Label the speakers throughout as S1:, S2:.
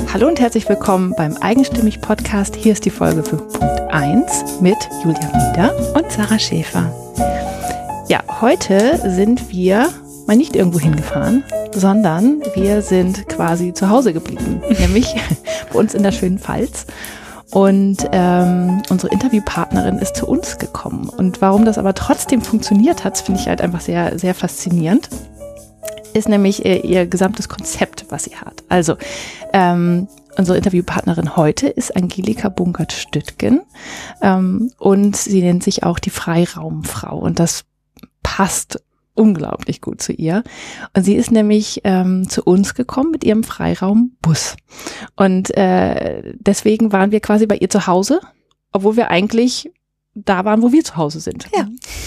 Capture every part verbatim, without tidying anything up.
S1: Hallo und herzlich willkommen beim Eigenstimmig-Podcast. Hier ist die Folge für Punkt eins mit Julia Mieder und Sarah Schäfer. Ja, heute sind wir mal nicht irgendwo hingefahren, sondern wir sind quasi zu Hause geblieben, nämlich bei uns in der schönen Pfalz. Und ähm, unsere Interviewpartnerin ist zu uns gekommen. Und warum das aber trotzdem funktioniert hat, finde ich halt einfach sehr, sehr faszinierend. Ist nämlich ihr, ihr gesamtes Konzept, was sie hat. Also ähm, unsere Interviewpartnerin heute ist Angelika Bungert-Stüttgen ähm, und sie nennt sich auch die Freiraumfrau und das passt unglaublich gut zu ihr. Und sie ist nämlich ähm, zu uns gekommen mit ihrem Freiraumbus und äh, deswegen waren wir quasi bei ihr zu Hause, obwohl wir eigentlich da waren, wo wir zu Hause sind.
S2: Ja.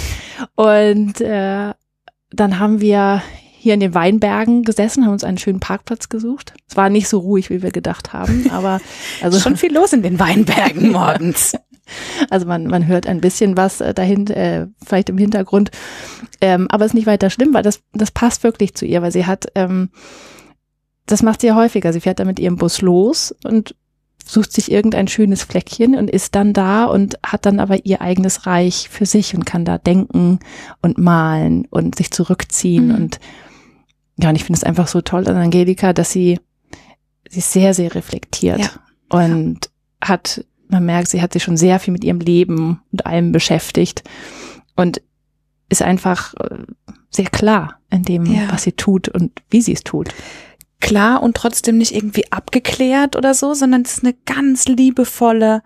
S1: Und äh, dann haben wir hier in den Weinbergen gesessen, haben uns einen schönen Parkplatz gesucht. Es war nicht so ruhig, wie wir gedacht haben, aber also
S2: schon viel los in den Weinbergen morgens.
S1: Also man man hört ein bisschen was dahinter, äh, vielleicht im Hintergrund, ähm, aber ist nicht weiter schlimm, weil das das passt wirklich zu ihr, weil sie hat, ähm, das macht sie ja häufiger. Sie fährt dann mit ihrem Bus los und sucht sich irgendein schönes Fleckchen und ist dann da und hat dann aber ihr eigenes Reich für sich und kann da denken und malen und sich zurückziehen mhm. und ja, und ich finde es einfach so toll an Angelika, dass sie, sie ist sehr, sehr reflektiert ja. und ja. hat, man merkt, sie hat sich schon sehr viel mit ihrem Leben und allem beschäftigt und ist einfach sehr klar in dem, ja. was sie tut und wie sie es tut.
S2: Klar und trotzdem nicht irgendwie abgeklärt oder so, sondern es ist eine ganz liebevolle,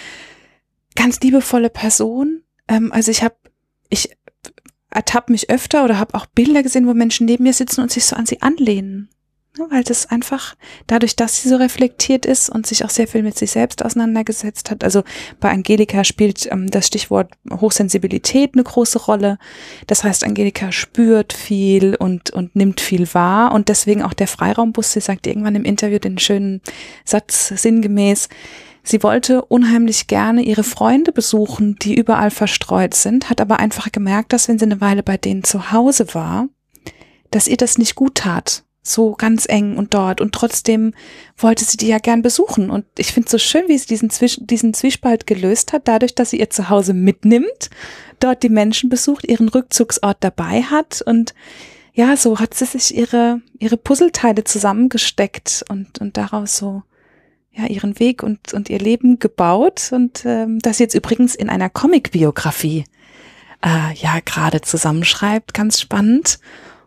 S2: ganz liebevolle Person. Ähm, also ich habe, ich ertappe mich öfter oder habe auch Bilder gesehen, wo Menschen neben mir sitzen und sich so an sie anlehnen. Ja, weil das einfach, dadurch, dass sie so reflektiert ist und sich auch sehr viel mit sich selbst auseinandergesetzt hat. Also bei Angelika spielt ähm, das Stichwort Hochsensibilität eine große Rolle. Das heißt, Angelika spürt viel und und nimmt viel wahr und deswegen auch der Freiraumbus. Sie sagt irgendwann im Interview den schönen Satz sinngemäß, sie wollte unheimlich gerne ihre Freunde besuchen, die überall verstreut sind, hat aber einfach gemerkt, dass wenn sie eine Weile bei denen zu Hause war, dass ihr das nicht gut tat. So ganz eng und dort und trotzdem wollte sie die ja gern besuchen und ich finde es so schön, wie sie diesen, Zwisch- diesen Zwiespalt gelöst hat, dadurch, dass sie ihr Zuhause mitnimmt, dort die Menschen besucht, ihren Rückzugsort dabei hat und ja, so hat sie sich ihre ihre Puzzleteile zusammengesteckt und und daraus so ja ihren Weg und und ihr Leben gebaut und ähm, das jetzt übrigens in einer Comic-Biografie äh, ja gerade zusammenschreibt, ganz spannend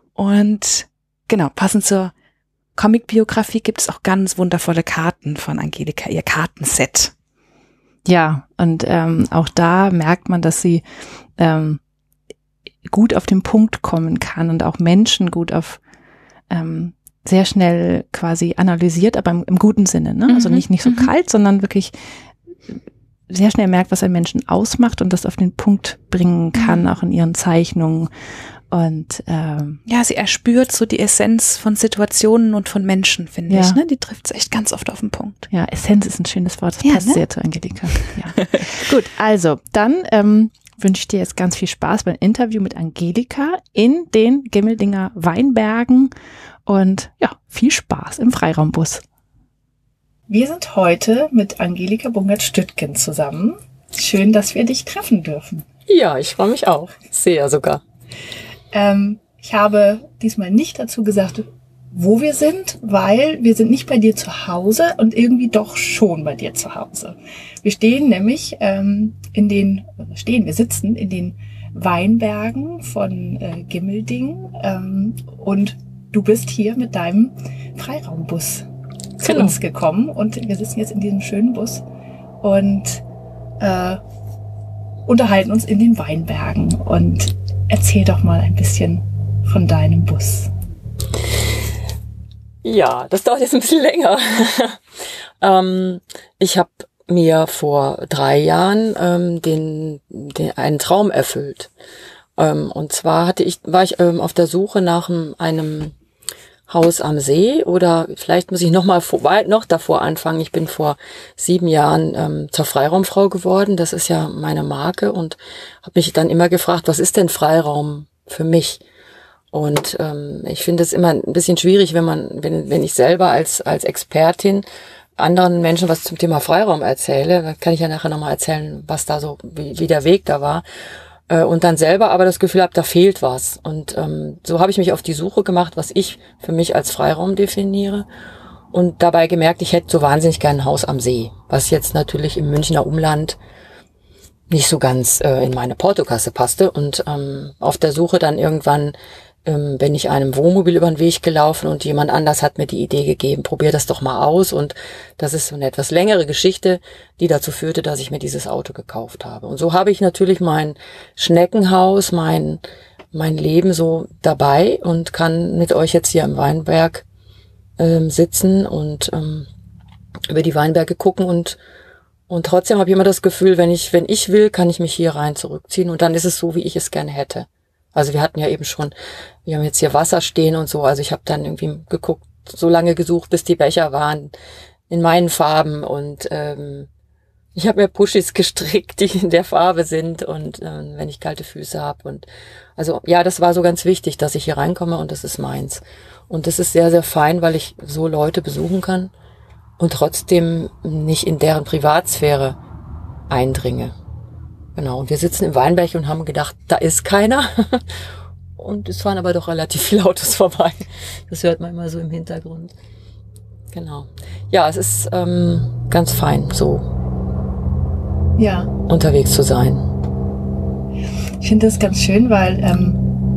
S2: und genau, passend zur Comic-Biografie gibt es auch ganz wundervolle Karten von Angelika, ihr Kartenset.
S1: Ja, und ähm, auch da merkt man, dass sie ähm, gut auf den Punkt kommen kann und auch Menschen gut auf ähm, sehr schnell quasi analysiert, aber im, im guten Sinne, ne? Also nicht nicht so mhm. kalt, sondern wirklich sehr schnell merkt, was einen Menschen ausmacht und das auf den Punkt bringen kann, mhm. auch in ihren Zeichnungen. Und ähm,
S2: ja, sie erspürt so die Essenz von Situationen und von Menschen, finde ja. ich. Ne? Die trifft es echt ganz oft auf den Punkt.
S1: Ja, Essenz ist ein schönes Wort, das
S2: ja,
S1: passt
S2: ne?
S1: sehr zu Angelika. Ja. Gut, also dann ähm, wünsche ich dir jetzt ganz viel Spaß beim Interview mit Angelika in den Gimmeldinger Weinbergen und ja, viel Spaß im Freiraumbus. Wir sind heute mit Angelika Bungert-Stüttgen zusammen. Schön, dass wir dich treffen dürfen.
S3: Ja, ich freue mich auch. Sehr sogar.
S1: Ähm, ich habe diesmal nicht dazu gesagt, wo wir sind, weil wir sind nicht bei dir zu Hause und irgendwie doch schon bei dir zu Hause. Wir stehen nämlich ähm, in den, stehen, wir sitzen in den Weinbergen von äh, Gimmelding ähm, und du bist hier mit deinem Freiraumbus zu
S3: genau.
S1: uns gekommen und wir sitzen jetzt in diesem schönen Bus und äh, unterhalten uns in den Weinbergen und erzähl doch mal ein bisschen von deinem Bus.
S3: Ja, das dauert jetzt ein bisschen länger. ähm, ich habe mir vor drei Jahren ähm, den, den einen Traum erfüllt. Ähm, und zwar hatte ich, war ich ähm, auf der Suche nach einem Haus am See oder vielleicht muss ich noch mal vor, weit noch davor anfangen. Ich bin vor sieben Jahren ähm, zur Freiraumfrau geworden. Das ist ja meine Marke und habe mich dann immer gefragt, was ist denn Freiraum für mich? Und ähm, ich finde es immer ein bisschen schwierig, wenn man, wenn, wenn ich selber als als Expertin anderen Menschen was zum Thema Freiraum erzähle, dann kann ich ja nachher nochmal erzählen, was da so, wie, wie der Weg da war. Äh, und dann selber aber das Gefühl habe, da fehlt was. Und ähm, so habe ich mich auf die Suche gemacht, was ich für mich als Freiraum definiere. Und dabei gemerkt, ich hätte so wahnsinnig gern ein Haus am See, was jetzt natürlich im Münchner Umland nicht so ganz äh, in meine Portokasse passte. Und ähm, auf der Suche dann irgendwann ähm, bin ich einem Wohnmobil über den Weg gelaufen und jemand anders hat mir die Idee gegeben, probier das doch mal aus. Und das ist so eine etwas längere Geschichte, die dazu führte, dass ich mir dieses Auto gekauft habe. Und so habe ich natürlich mein Schneckenhaus, mein mein Leben so dabei und kann mit euch jetzt hier im Weinberg ähm, sitzen und ähm, über die Weinberge gucken und und trotzdem habe ich immer das Gefühl, wenn ich wenn ich will, kann ich mich hier rein zurückziehen und dann ist es so, wie ich es gerne hätte. Also wir hatten ja eben schon, wir haben jetzt hier Wasser stehen und so, also ich habe dann irgendwie geguckt, so lange gesucht, bis die Becher waren in meinen Farben und ähm, ich habe mir Puschis gestrickt, die in der Farbe sind und äh, wenn ich kalte Füße habe und also ja, das war so ganz wichtig, dass ich hier reinkomme und das ist meins. Und das ist sehr, sehr fein, weil ich so Leute besuchen kann und trotzdem nicht in deren Privatsphäre eindringe. Genau, und wir sitzen im Weinberg und haben gedacht, da ist keiner. Und es fahren aber doch relativ viele Autos vorbei. Das hört man immer so im Hintergrund. Genau. Ja, es ist ähm, ganz fein, so
S1: ja.
S3: unterwegs zu sein.
S1: Ich finde das ganz schön, weil ähm,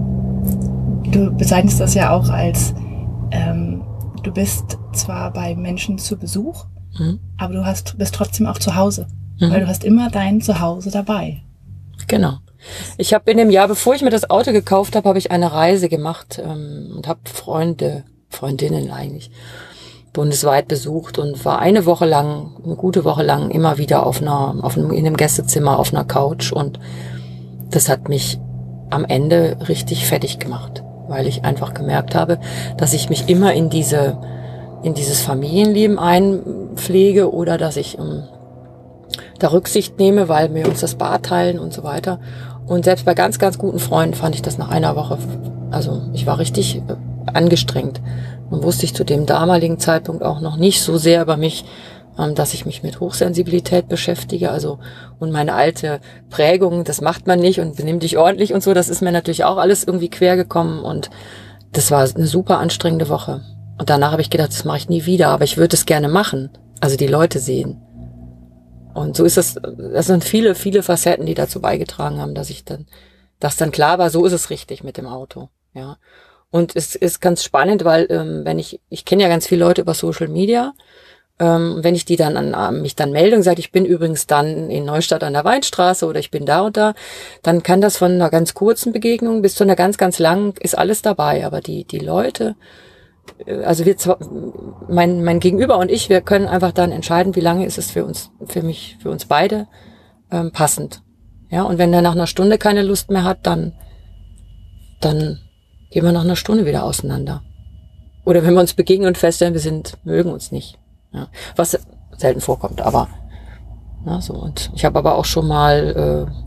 S1: du bezeichnest das ja auch als, ähm, du bist zwar bei Menschen zu Besuch, mhm. aber du hast, bist trotzdem auch zu Hause. Mhm. Weil du hast immer dein Zuhause dabei.
S3: Genau. Ich habe in dem Jahr, bevor ich mir das Auto gekauft habe, habe ich eine Reise gemacht ähm, und habe Freunde, Freundinnen eigentlich, bundesweit besucht und war eine Woche lang, eine gute Woche lang immer wieder auf einer, auf einem, in einem Gästezimmer auf einer Couch und das hat mich am Ende richtig fertig gemacht, weil ich einfach gemerkt habe, dass ich mich immer in diese, in dieses Familienleben einpflege oder dass ich um, da Rücksicht nehme, weil wir uns das Bad teilen und so weiter. Und selbst bei ganz, ganz guten Freunden fand ich das nach einer Woche, also ich war richtig äh, angestrengt. Und wusste ich zu dem damaligen Zeitpunkt auch noch nicht so sehr über mich, ähm, dass ich mich mit Hochsensibilität beschäftige. Also und meine alte Prägung, das macht man nicht und benimm dich ordentlich und so, das ist mir natürlich auch alles irgendwie quer gekommen. Und das war eine super anstrengende Woche. Und danach habe ich gedacht, das mache ich nie wieder, aber ich würde es gerne machen. Also die Leute sehen. Und so ist es, das sind viele, viele Facetten, die dazu beigetragen haben, dass ich dann, dass dann klar war, so ist es richtig mit dem Auto, ja. Und es ist ganz spannend, weil ähm, wenn ich, ich kenne ja ganz viele Leute über Social Media, ähm, wenn ich die dann an mich dann melde und sage, ich bin übrigens dann in Neustadt an der Weinstraße oder ich bin da und da, dann kann das von einer ganz kurzen Begegnung bis zu einer ganz, ganz langen, ist alles dabei. Aber die die Leute, also wir zwar, mein mein Gegenüber und ich, wir können einfach dann entscheiden, wie lange ist es für uns, für mich, für uns beide ähm, passend. Ja, und wenn der nach einer Stunde keine Lust mehr hat, dann dann gehen wir nach einer Stunde wieder auseinander. Oder wenn wir uns begegnen und feststellen, wir sind, mögen uns nicht. Ja, was selten vorkommt, aber na, so. Und ich habe aber auch schon mal äh,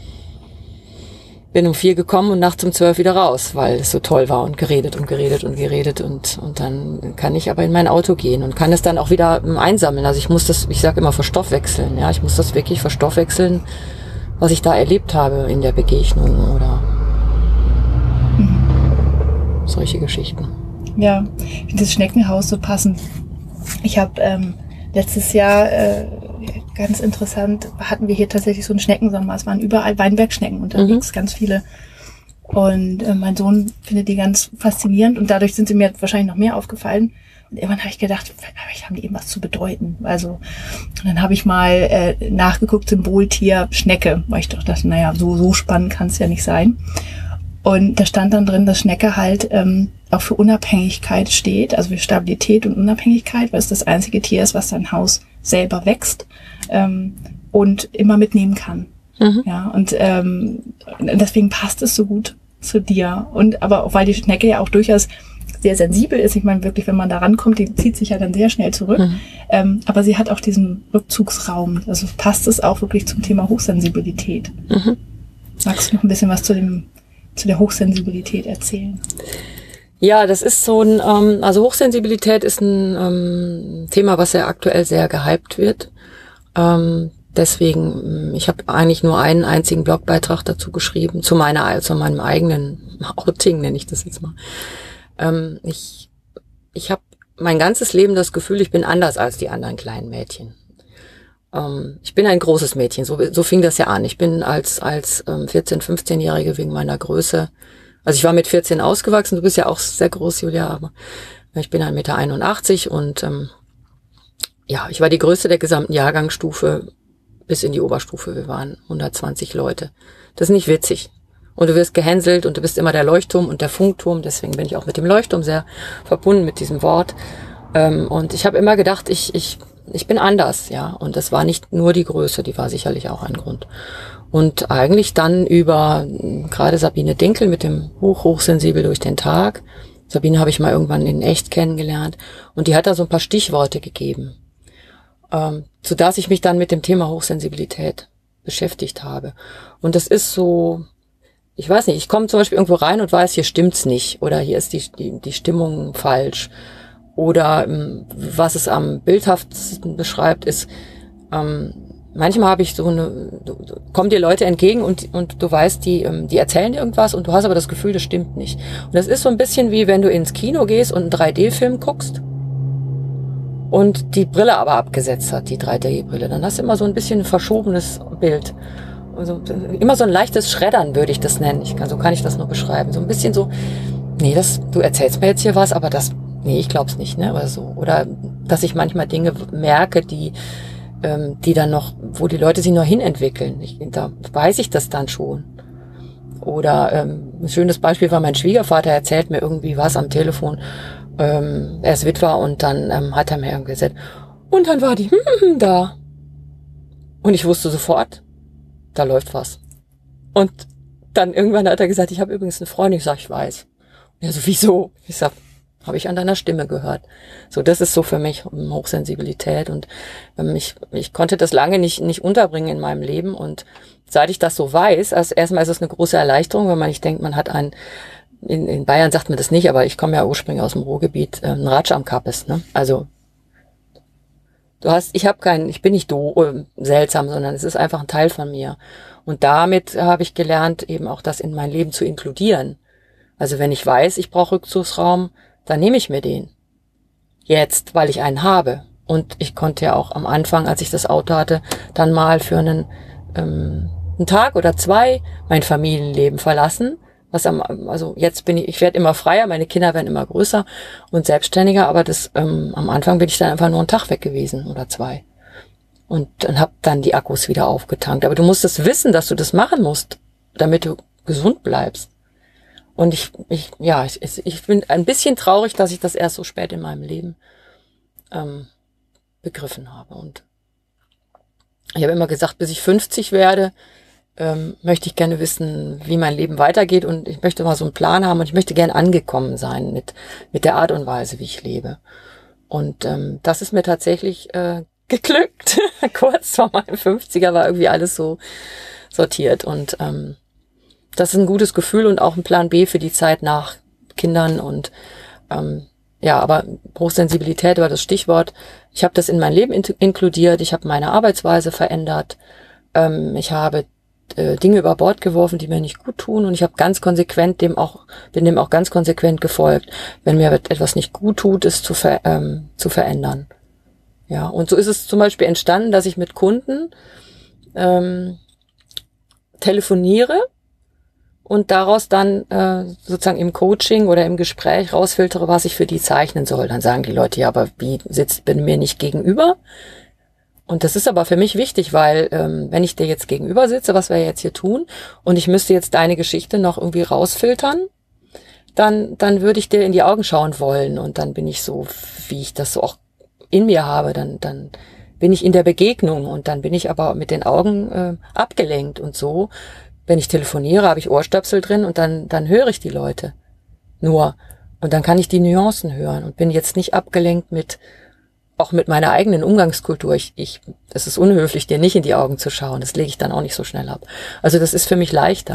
S3: bin um vier gekommen und nachts um zwölf wieder raus, weil es so toll war und geredet und geredet und geredet und und dann kann ich aber in mein Auto gehen und kann es dann auch wieder einsammeln. Also ich muss das, ich sage immer verstoffwechseln. Ja, ich muss das wirklich verstoffwechseln, was ich da erlebt habe in der Begegnung oder solche Geschichten.
S1: Ja, ich finde das Schneckenhaus so passend. Ich habe ähm, letztes Jahr, äh, ganz interessant, hatten wir hier tatsächlich so einen Schneckensommer. Es waren überall Weinbergschnecken unterwegs, mhm. ganz viele. Und äh, mein Sohn findet die ganz faszinierend und dadurch sind sie mir wahrscheinlich noch mehr aufgefallen. Und irgendwann habe ich gedacht, vielleicht haben die eben was zu bedeuten. Also, und dann habe ich mal äh, nachgeguckt, Symboltier Schnecke, weil ich doch dachte, naja, so, so spannend kann es ja nicht sein. Und da stand dann drin, dass Schnecke halt ähm, auch für Unabhängigkeit steht, also für Stabilität und Unabhängigkeit, weil es das einzige Tier ist, was sein Haus selber wächst ähm, und immer mitnehmen kann. Mhm. Ja, und ähm, deswegen passt es so gut zu dir. Und aber auch weil die Schnecke ja auch durchaus sehr sensibel ist, ich meine wirklich, wenn man da rankommt, die zieht sich ja dann sehr schnell zurück, mhm. ähm, aber sie hat auch diesen Rückzugsraum. Also passt es auch wirklich zum Thema Hochsensibilität. Mhm. Magst du noch ein bisschen was zu dem zu der Hochsensibilität erzählen?
S3: Ja, das ist so ein, ähm, also Hochsensibilität ist ein ähm, Thema, was ja aktuell sehr gehypt wird. Ähm, deswegen, ich habe eigentlich nur einen einzigen Blogbeitrag dazu geschrieben, zu meiner, zu meinem eigenen Outing, nenne ich das jetzt mal. Ähm, ich ich habe mein ganzes Leben das Gefühl, ich bin anders als die anderen kleinen Mädchen. Ähm, ich bin ein großes Mädchen, so, so fing das ja an. Ich bin als als ähm, vierzehn-, fünfzehnjährige wegen meiner Größe, also ich war mit vierzehn ausgewachsen, du bist ja auch sehr groß, Julia, aber ich bin ein Meter einundachtzig und ähm, ja, ich war die größte der gesamten Jahrgangsstufe bis in die Oberstufe. Wir waren hundertzwanzig Leute. Das ist nicht witzig. Und du wirst gehänselt und du bist immer der Leuchtturm und der Funkturm. Deswegen bin ich auch mit dem Leuchtturm sehr verbunden mit diesem Wort. Ähm, und ich habe immer gedacht, ich ich ich bin anders, ja. Und das war nicht nur die Größe, die war sicherlich auch ein Grund. Und eigentlich dann über gerade Sabine Dinkel mit dem Hoch, hochsensibel durch den Tag. Sabine habe ich mal irgendwann in echt kennengelernt. Und die hat da so ein paar Stichworte gegeben, ähm, sodass ich mich dann mit dem Thema Hochsensibilität beschäftigt habe. Und das ist so, ich weiß nicht, ich komme zum Beispiel irgendwo rein und weiß, hier stimmt's nicht. Oder hier ist die, die, die Stimmung falsch. Oder ähm, was es am bildhaftesten beschreibt, ist, ähm, manchmal habe ich so eine, kommen dir Leute entgegen und und du weißt, die die erzählen dir irgendwas und du hast aber das Gefühl, das stimmt nicht. Und das ist so ein bisschen wie wenn du ins Kino gehst und einen drei D Film guckst und die Brille aber abgesetzt hat, die drei D Brille. Dann hast du immer so ein bisschen ein verschobenes Bild. Also immer so ein leichtes Schreddern würde ich das nennen. Ich kann, so kann ich das nur beschreiben. So ein bisschen so, nee, das, du erzählst mir jetzt hier was, aber das, nee, ich glaub's nicht, ne, oder so. Oder dass ich manchmal Dinge merke, die die dann noch, wo die Leute sich noch hinentwickeln. Ich, da weiß ich das dann schon. Oder ähm, ein schönes Beispiel war, mein Schwiegervater erzählt mir irgendwie was am Telefon. Ähm, er ist Witwer und dann ähm, hat er mir irgendwie gesagt, und dann war die da. Und ich wusste sofort, da läuft was. Und dann irgendwann hat er gesagt, ich habe übrigens eine Freundin. Ich sage, ich weiß. Und er so, wieso? Ich sag, habe ich an deiner Stimme gehört. So, das ist so für mich Hochsensibilität und ähm, ich ich konnte das lange nicht nicht unterbringen in meinem Leben und seit ich das so weiß, also erstmal ist es eine große Erleichterung, wenn man nicht denkt, man hat einen, in, in Bayern sagt man das nicht, aber ich komme ja ursprünglich aus dem Ruhrgebiet, äh, einen Ratsch am Kappes, ne? Also du hast, ich habe keinen, ich bin nicht do, äh, seltsam, sondern es ist einfach ein Teil von mir und damit habe ich gelernt, eben auch das in mein Leben zu inkludieren. Also wenn ich weiß, ich brauche Rückzugsraum, dann nehme ich mir den. Jetzt, weil ich einen habe. Und ich konnte ja auch am Anfang, als ich das Auto hatte, dann mal für einen, ähm, einen Tag oder zwei mein Familienleben verlassen. Was am, also jetzt bin ich, ich werde immer freier, meine Kinder werden immer größer und selbstständiger, aber das ähm, am Anfang bin ich dann einfach nur einen Tag weg gewesen oder zwei. Und dann hab dann die Akkus wieder aufgetankt. Aber du musst es wissen, dass du das machen musst, damit du gesund bleibst. Und ich, ich, ja, ich, ich bin ein bisschen traurig, dass ich das erst so spät in meinem Leben ähm, begriffen habe. Und ich habe immer gesagt, bis ich fünfzig werde, ähm, möchte ich gerne wissen, wie mein Leben weitergeht. Und ich möchte mal so einen Plan haben und ich möchte gerne angekommen sein mit mit der Art und Weise, wie ich lebe. Und ähm, das ist mir tatsächlich äh, geglückt. Kurz vor meinem fünfziger war irgendwie alles so sortiert und ähm, das ist ein gutes Gefühl und auch ein Plan B für die Zeit nach Kindern und ähm, ja, aber Hochsensibilität war das Stichwort. Ich habe das in mein Leben in- inkludiert, ich habe meine Arbeitsweise verändert, ähm, ich habe äh, Dinge über Bord geworfen, die mir nicht gut tun und ich habe ganz konsequent dem auch, bin dem auch ganz konsequent gefolgt, wenn mir etwas nicht gut tut, es zu, ver- ähm, zu verändern. Ja, und so ist es zum Beispiel entstanden, dass ich mit Kunden ähm, telefoniere und daraus dann äh, sozusagen im Coaching oder im Gespräch rausfiltere, was ich für die zeichnen soll. Dann sagen die Leute, ja, aber wie sitzt bin mir nicht gegenüber? Und das ist aber für mich wichtig, weil ähm, wenn ich dir jetzt gegenüber sitze, was wir jetzt hier tun, und ich müsste jetzt deine Geschichte noch irgendwie rausfiltern, dann dann würde ich dir in die Augen schauen wollen und dann bin ich so, wie ich das so auch in mir habe, dann dann bin ich in der Begegnung und dann bin ich aber mit den Augen äh, abgelenkt und so. Wenn ich telefoniere, habe ich Ohrstöpsel drin und dann dann höre ich die Leute nur und dann kann ich die Nuancen hören und bin jetzt nicht abgelenkt mit auch mit meiner eigenen Umgangskultur. Ich ich es ist unhöflich, dir nicht in die Augen zu schauen. Das lege ich dann auch nicht so schnell ab. Also das ist für mich leichter.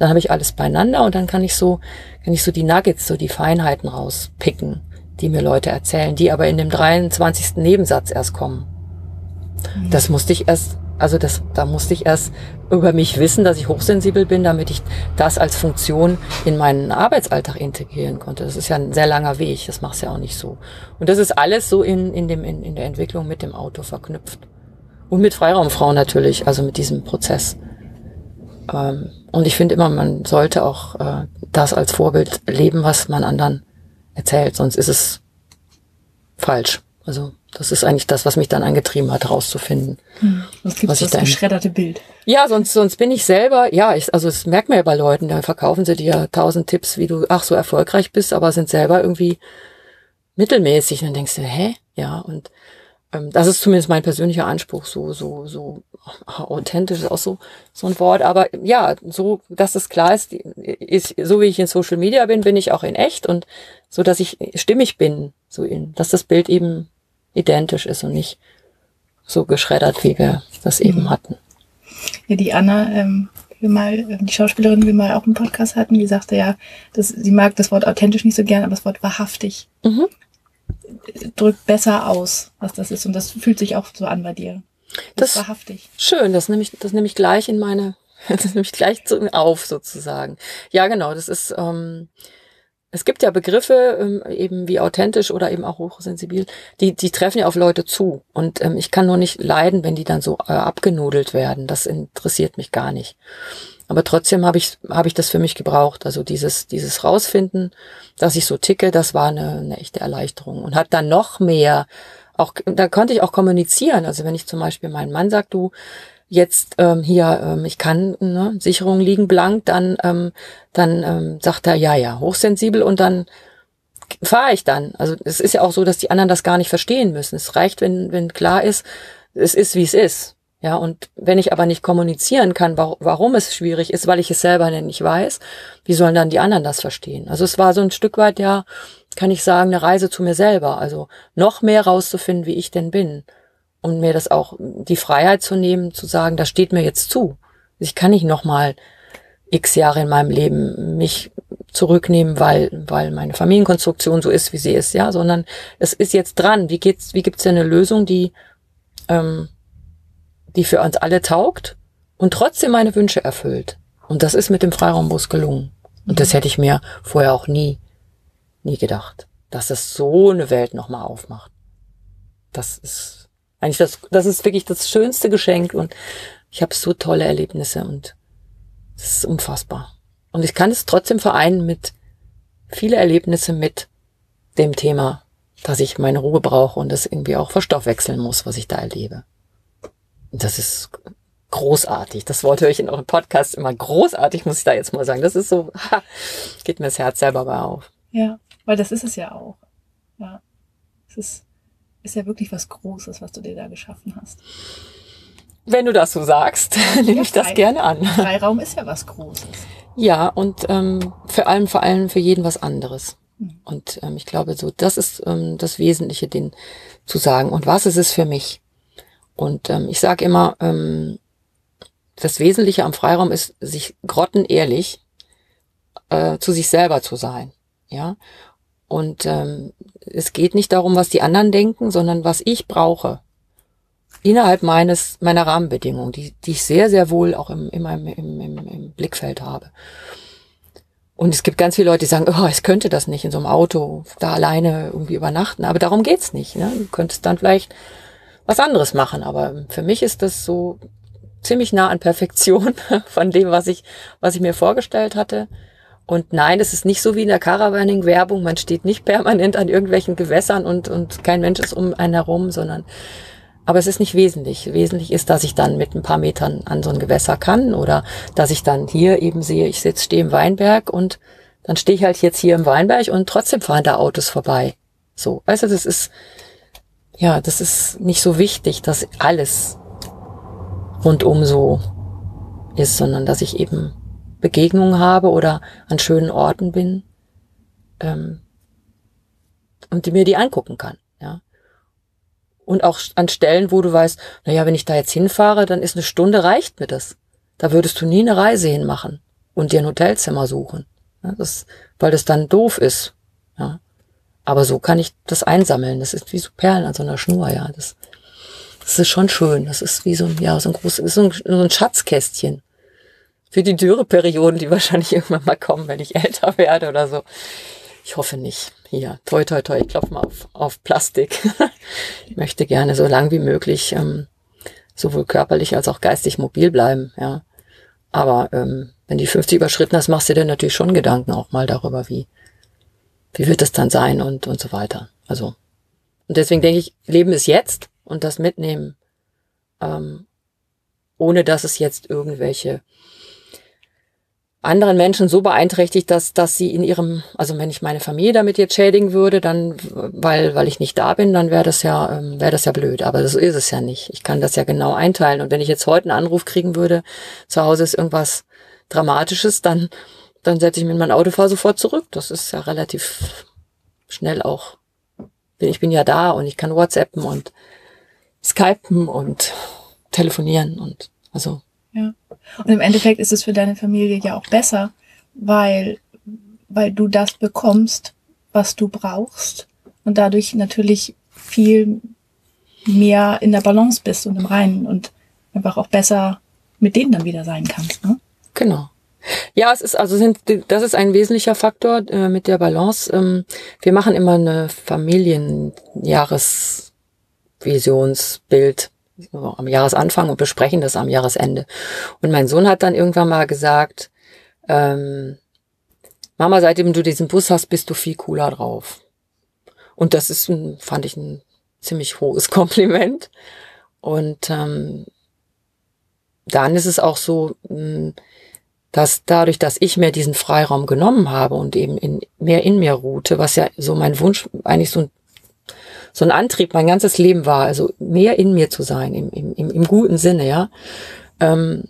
S3: Dann habe ich alles beieinander und dann kann ich so, kann ich so die Nuggets, so die Feinheiten rauspicken, die mir Leute erzählen, die aber in dem dreiundzwanzigsten Nebensatz erst kommen. Mhm. Das musste ich erst, also das, da musste ich erst über mich wissen, dass ich hochsensibel bin, damit ich das als Funktion in meinen Arbeitsalltag integrieren konnte. Das ist ja ein sehr langer Weg, das machst du ja auch nicht so. Und das ist alles so in, in, dem, in, in der Entwicklung mit dem Auto verknüpft. Und mit Freiraumfrauen natürlich, also mit diesem Prozess. Ähm, und ich finde immer, man sollte auch äh, das als Vorbild leben, was man anderen erzählt, sonst ist es falsch. Also das ist eigentlich das, was mich dann angetrieben hat, rauszufinden.
S1: Hm. Was gibt's das geschredderte Bild?
S3: Ja, sonst sonst bin ich selber, ja, ich, also das merkt man ja bei Leuten, da verkaufen sie dir tausend Tipps, wie du, ach, so erfolgreich bist, aber sind selber irgendwie mittelmäßig. Und dann denkst du, hä? Ja, und ähm, das ist zumindest mein persönlicher Anspruch, so so so authentisch ist auch so so ein Wort, aber ja, so, dass es klar ist, ist, so wie ich in Social Media bin, bin ich auch in echt und so, dass ich stimmig bin, so in, dass das Bild eben identisch ist und nicht so geschreddert, wie wir das eben hatten.
S1: Ja, die Anna, ähm, wir mal, die Schauspielerin, die wir mal auch einen Podcast hatten, die sagte ja, dass sie mag das Wort authentisch nicht so gern, aber das Wort wahrhaftig mhm. drückt besser aus, was das ist. Und das fühlt sich auch so an bei dir. Das, das ist wahrhaftig.
S3: Schön, das nehme ich, das nehme ich gleich in meine, das nehme ich gleich zu, auf sozusagen. Ja, genau, das ist, ähm, es gibt ja Begriffe, ähm, eben wie authentisch oder eben auch hochsensibel, die, die treffen ja auf Leute zu. Und ähm, ich kann nur nicht leiden, wenn die dann so äh, abgenudelt werden. Das interessiert mich gar nicht. Aber trotzdem habe ich, habe ich das für mich gebraucht. Also dieses, dieses Rausfinden, dass ich so ticke, das war eine, eine echte Erleichterung und hat dann noch mehr. Auch, da konnte ich auch kommunizieren. Also wenn ich zum Beispiel meinen Mann sage, du, jetzt ähm, hier, ähm, ich kann, ne, Sicherungen liegen blank, dann, ähm, dann ähm, sagt er, ja, ja, hochsensibel und dann fahre ich dann. Also es ist ja auch so, dass die anderen das gar nicht verstehen müssen. Es reicht, wenn, wenn klar ist, es ist, wie es ist. Ja, und wenn ich aber nicht kommunizieren kann, warum es schwierig ist, weil ich es selber nicht weiß, wie sollen dann die anderen das verstehen? Also es war so ein Stück weit, ja, kann ich sagen, eine Reise zu mir selber. Also noch mehr rauszufinden, wie ich denn bin. Und mir das auch, die Freiheit zu nehmen, zu sagen, das steht mir jetzt zu. Ich kann nicht nochmal x Jahre in meinem Leben mich zurücknehmen, weil, weil meine Familienkonstruktion so ist, wie sie ist, ja, sondern es ist jetzt dran. Wie geht's, wie gibt's denn eine Lösung, die, ähm, die für uns alle taugt und trotzdem meine Wünsche erfüllt? Und das ist mit dem Freiraumbus gelungen. Und das hätte ich mir vorher auch nie, nie gedacht, dass es so eine Welt nochmal aufmacht. Das ist eigentlich das, das ist wirklich das schönste Geschenk und ich habe so tolle Erlebnisse und das ist unfassbar. Und ich kann es trotzdem vereinen mit viele Erlebnisse mit dem Thema, dass ich meine Ruhe brauche und das irgendwie auch verstoffwechseln muss, was ich da erlebe. Und das ist großartig. Das Wort höre ich in eurem Podcast immer. Großartig, muss ich da jetzt mal sagen. Das ist so, ha, geht mir das Herz selber bei auf.
S1: Ja, weil das ist es ja auch. Ja, es ist ist ja wirklich was Großes, was du dir da geschaffen hast.
S3: Wenn du das so sagst, nehme
S1: ja,
S3: ich das gerne an.
S1: Freiraum ist ja was Großes.
S3: Ja, und ähm, vor allem, vor allem für jeden was anderes. Mhm. Und ähm, ich glaube, so das ist ähm, das Wesentliche, den zu sagen. Und was ist es für mich? Und ähm, ich sage immer, ähm, das Wesentliche am Freiraum ist, sich grottenehrlich äh, zu sich selber zu sein. Ja. Und ähm, es geht nicht darum, was die anderen denken, sondern was ich brauche innerhalb meines meiner Rahmenbedingungen, die die ich sehr, sehr wohl auch im, in meinem, im, im, im Blickfeld habe. Und es gibt ganz viele Leute, die sagen, oh, ich könnte das nicht in so einem Auto da alleine irgendwie übernachten. Aber darum geht's nicht. Ne? Du könntest dann vielleicht was anderes machen. Aber für mich ist das so ziemlich nah an Perfektion von dem, was ich was ich mir vorgestellt hatte. Und nein, es ist nicht so wie in der Caravaning-Werbung. Man steht nicht permanent an irgendwelchen Gewässern und, und kein Mensch ist um einen herum, sondern, aber es ist nicht wesentlich. Wesentlich ist, dass ich dann mit ein paar Metern an so ein Gewässer kann oder dass ich dann hier eben sehe, ich sitze, stehe im Weinberg und dann stehe ich halt jetzt hier im Weinberg und trotzdem fahren da Autos vorbei. So, weißt du, das ist, ja, das ist nicht so wichtig, dass alles rundum so ist, sondern dass ich eben Begegnungen habe oder an schönen Orten bin ähm, und die mir die angucken kann, ja. Und auch an Stellen, wo du weißt, naja, wenn ich da jetzt hinfahre, dann ist eine Stunde, reicht mir das. Da würdest du nie eine Reise hinmachen. und dir ein Hotelzimmer suchen. Ja, das, weil das dann doof ist. Ja. Aber so kann ich das einsammeln. Das ist wie so Perlen an so einer Schnur, ja. Das, das ist schon schön. Das ist wie so ein, ja, so ein großes, so ein, so ein Schatzkästchen. Für die Dürreperioden, die wahrscheinlich irgendwann mal kommen, wenn ich älter werde oder so. Ich hoffe nicht. Hier, toi, toi, toi, ich klopfe mal auf, auf Plastik. Ich möchte gerne so lang wie möglich ähm, sowohl körperlich als auch geistig mobil bleiben, ja. Aber ähm, wenn die fünfzig überschritten hast, machst du dir natürlich schon Gedanken auch mal darüber, wie wie wird das dann sein und und so weiter. Also und deswegen denke ich, Leben ist jetzt und das mitnehmen, ähm, ohne dass es jetzt irgendwelche anderen Menschen so beeinträchtigt, dass dass sie in ihrem, also wenn ich meine Familie damit jetzt schädigen würde, dann weil weil ich nicht da bin, dann wäre das ja ähm, wäre das ja blöd. Aber so ist es ja nicht. Ich kann das ja genau einteilen. Und wenn ich jetzt heute einen Anruf kriegen würde, zu Hause ist irgendwas Dramatisches, dann dann setze ich mich in mein Auto, fahre sofort zurück. Das ist ja relativ schnell auch. Ich bin ja da und ich kann WhatsAppen und Skypen und telefonieren und also.
S1: Ja. Und im Endeffekt ist es für deine Familie ja auch besser, weil, weil du das bekommst, was du brauchst und dadurch natürlich viel mehr in der Balance bist und im Reinen und einfach auch besser mit denen dann wieder sein kannst, ne?
S3: Genau. Ja, es ist also sind das ist ein wesentlicher Faktor äh, mit der Balance. Ähm, wir machen immer eine Familienjahresvisionsbild so am Jahresanfang und besprechen das am Jahresende. Und mein Sohn hat dann irgendwann mal gesagt, ähm, Mama, seitdem du diesen Bus hast, bist du viel cooler drauf. Und das ist, ein, fand ich, ein ziemlich hohes Kompliment. Und ähm, dann ist es auch so, dass dadurch, dass ich mir diesen Freiraum genommen habe und eben in, mehr in mir ruhte, was ja so mein Wunsch, eigentlich so ein so ein Antrieb mein ganzes Leben war, also mehr in mir zu sein, im, im, im guten Sinne, ja, ähm,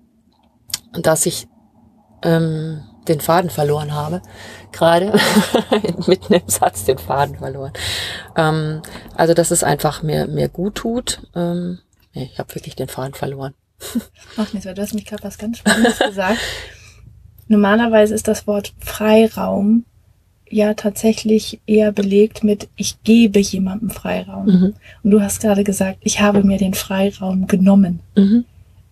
S3: dass ich ähm, den Faden verloren habe, gerade mitten im Satz den Faden verloren. Ähm, also, dass es einfach mir, mir gut tut. Ähm, nee, ich habe wirklich den Faden verloren.
S1: Ach nichts, weil du hast mich gerade was ganz Spannendes gesagt. Normalerweise ist das Wort Freiraum ja tatsächlich eher belegt mit, ich gebe jemandem Freiraum. Mhm. Und du hast gerade gesagt, ich habe mir den Freiraum genommen. Mhm.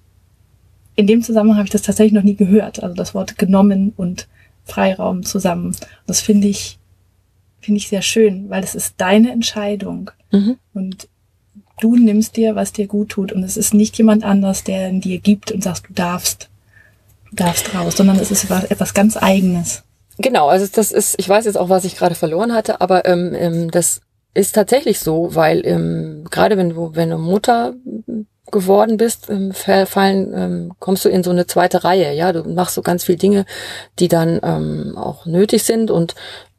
S1: In dem Zusammenhang habe ich das tatsächlich noch nie gehört. Also das Wort genommen und Freiraum zusammen. Das finde ich, finde ich sehr schön, weil es ist deine Entscheidung. Mhm. Und du nimmst dir, was dir gut tut. Und es ist nicht jemand anders, der in dir gibt und sagt, du darfst, du darfst raus, sondern es ist etwas ganz Eigenes.
S3: Genau, also das ist, ich weiß jetzt auch, was ich gerade verloren hatte, aber ähm, ähm, das ist tatsächlich so, weil ähm, gerade wenn du, wenn du Mutter geworden bist, ähm, fallen, ähm, kommst du in so eine zweite Reihe, ja, du machst so ganz viele Dinge, die dann ähm, auch nötig sind und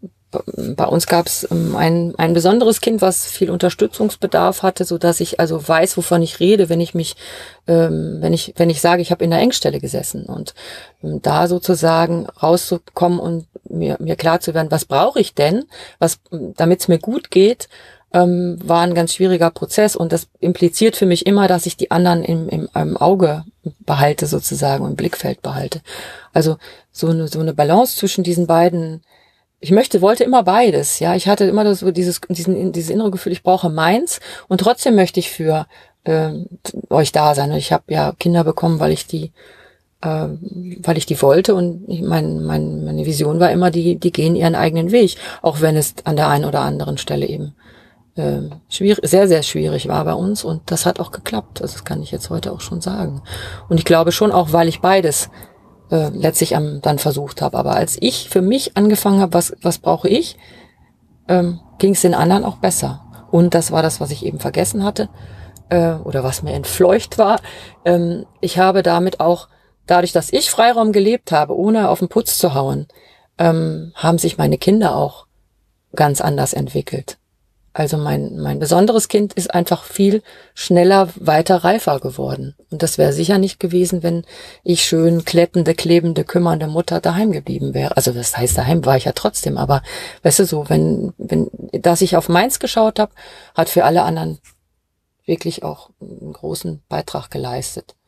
S3: bei uns gab es ähm, ein ein besonderes Kind, was viel Unterstützungsbedarf hatte, so dass ich also weiß, wovon ich rede, wenn ich mich, ähm, wenn ich wenn ich sage, ich habe in der Engstelle gesessen und ähm, da sozusagen rauszukommen und mir mir klar zu werden, was brauche ich denn, was damit es mir gut geht, ähm, war ein ganz schwieriger Prozess und das impliziert für mich immer, dass ich die anderen im im, im Auge behalte sozusagen, im Blickfeld behalte. Also so eine so eine Balance zwischen diesen beiden. Ich möchte, wollte immer beides, ja. Ich hatte immer so dieses, diesen, dieses innere Gefühl, ich brauche meins und trotzdem möchte ich für äh, euch da sein. Und ich habe ja Kinder bekommen, weil ich die, äh, weil ich die wollte und ich, mein, mein, meine Vision war immer, die, die gehen ihren eigenen Weg, auch wenn es an der einen oder anderen Stelle eben äh, schwierig, sehr, sehr schwierig war bei uns und das hat auch geklappt. Also das kann ich jetzt heute auch schon sagen. Und ich glaube schon auch, weil ich beides Äh, letztlich am, dann versucht habe. Aber als ich für mich angefangen habe, was was brauche ich, ähm, ging es den anderen auch besser. Und das war das, was ich eben vergessen hatte äh, oder was mir entfleucht war. Ähm, ich habe damit auch, dadurch, dass ich Freiraum gelebt habe, ohne auf den Putz zu hauen, ähm, haben sich meine Kinder auch ganz anders entwickelt. Also mein mein besonderes Kind ist einfach viel schneller, weiter reifer geworden. Und das wäre sicher nicht gewesen, wenn ich schön klettende, klebende, kümmernde Mutter daheim geblieben wäre. Also das heißt, daheim war ich ja trotzdem. Aber weißt du so, wenn wenn dass ich auf meins geschaut habe, hat für alle anderen wirklich auch einen großen Beitrag geleistet.